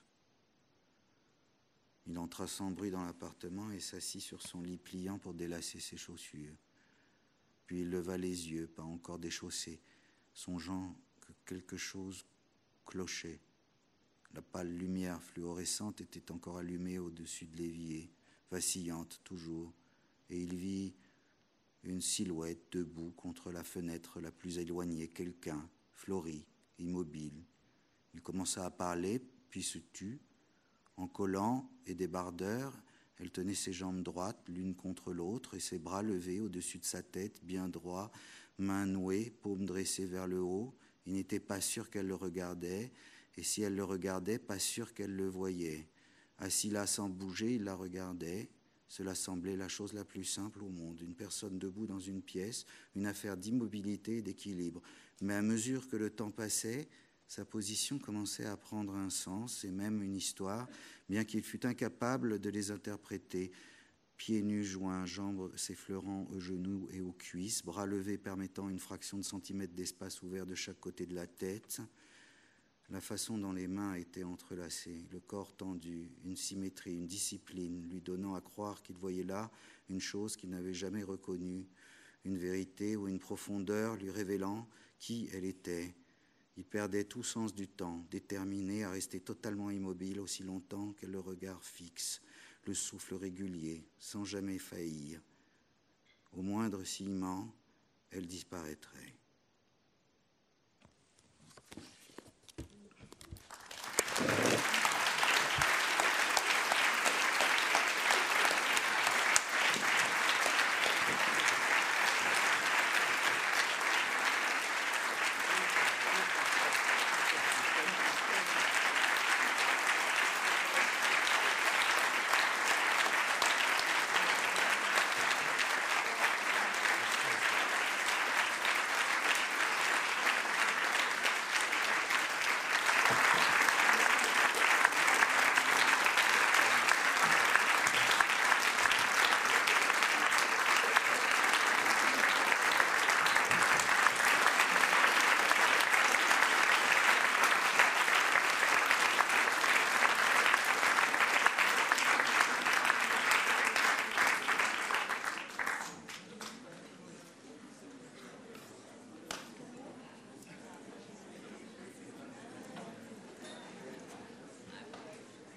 [SPEAKER 1] Il entra sans bruit dans l'appartement et s'assit sur son lit pliant pour délacer ses chaussures. Puis il leva les yeux, pas encore déchaussés, songeant que quelque chose clochait. La pâle lumière fluorescente était encore allumée au-dessus de l'évier, vacillante toujours, et il vit une silhouette debout contre la fenêtre la plus éloignée, quelqu'un, fleuri, immobile. Il commença à parler, puis se tut. En collant et débardeur, elle tenait ses jambes droites l'une contre l'autre et ses bras levés au-dessus de sa tête, bien droits, mains nouées, paumes dressées vers le haut. Il n'était pas sûr qu'elle le regardait, et si elle le regardait, pas sûr qu'elle le voyait. Assis là sans bouger, il la regardait. Cela semblait la chose la plus simple au monde. Une personne debout dans une pièce, une affaire d'immobilité et d'équilibre. Mais à mesure que le temps passait, sa position commençait à prendre un sens et même une histoire, bien qu'il fût incapable de les interpréter. Pieds nus joints, jambes s'effleurant aux genoux et aux cuisses, bras levés permettant une fraction de centimètre d'espace ouvert de chaque côté de la tête. La façon dont les mains étaient entrelacées, le corps tendu, une symétrie, une discipline, lui donnant à croire qu'il voyait là une chose qu'il n'avait jamais reconnue, une vérité ou une profondeur lui révélant qui elle était. Il perdait tout sens du temps, déterminé à rester totalement immobile aussi longtemps que le regard fixe, le souffle régulier, sans jamais faillir. Au moindre sillement, elle disparaîtrait.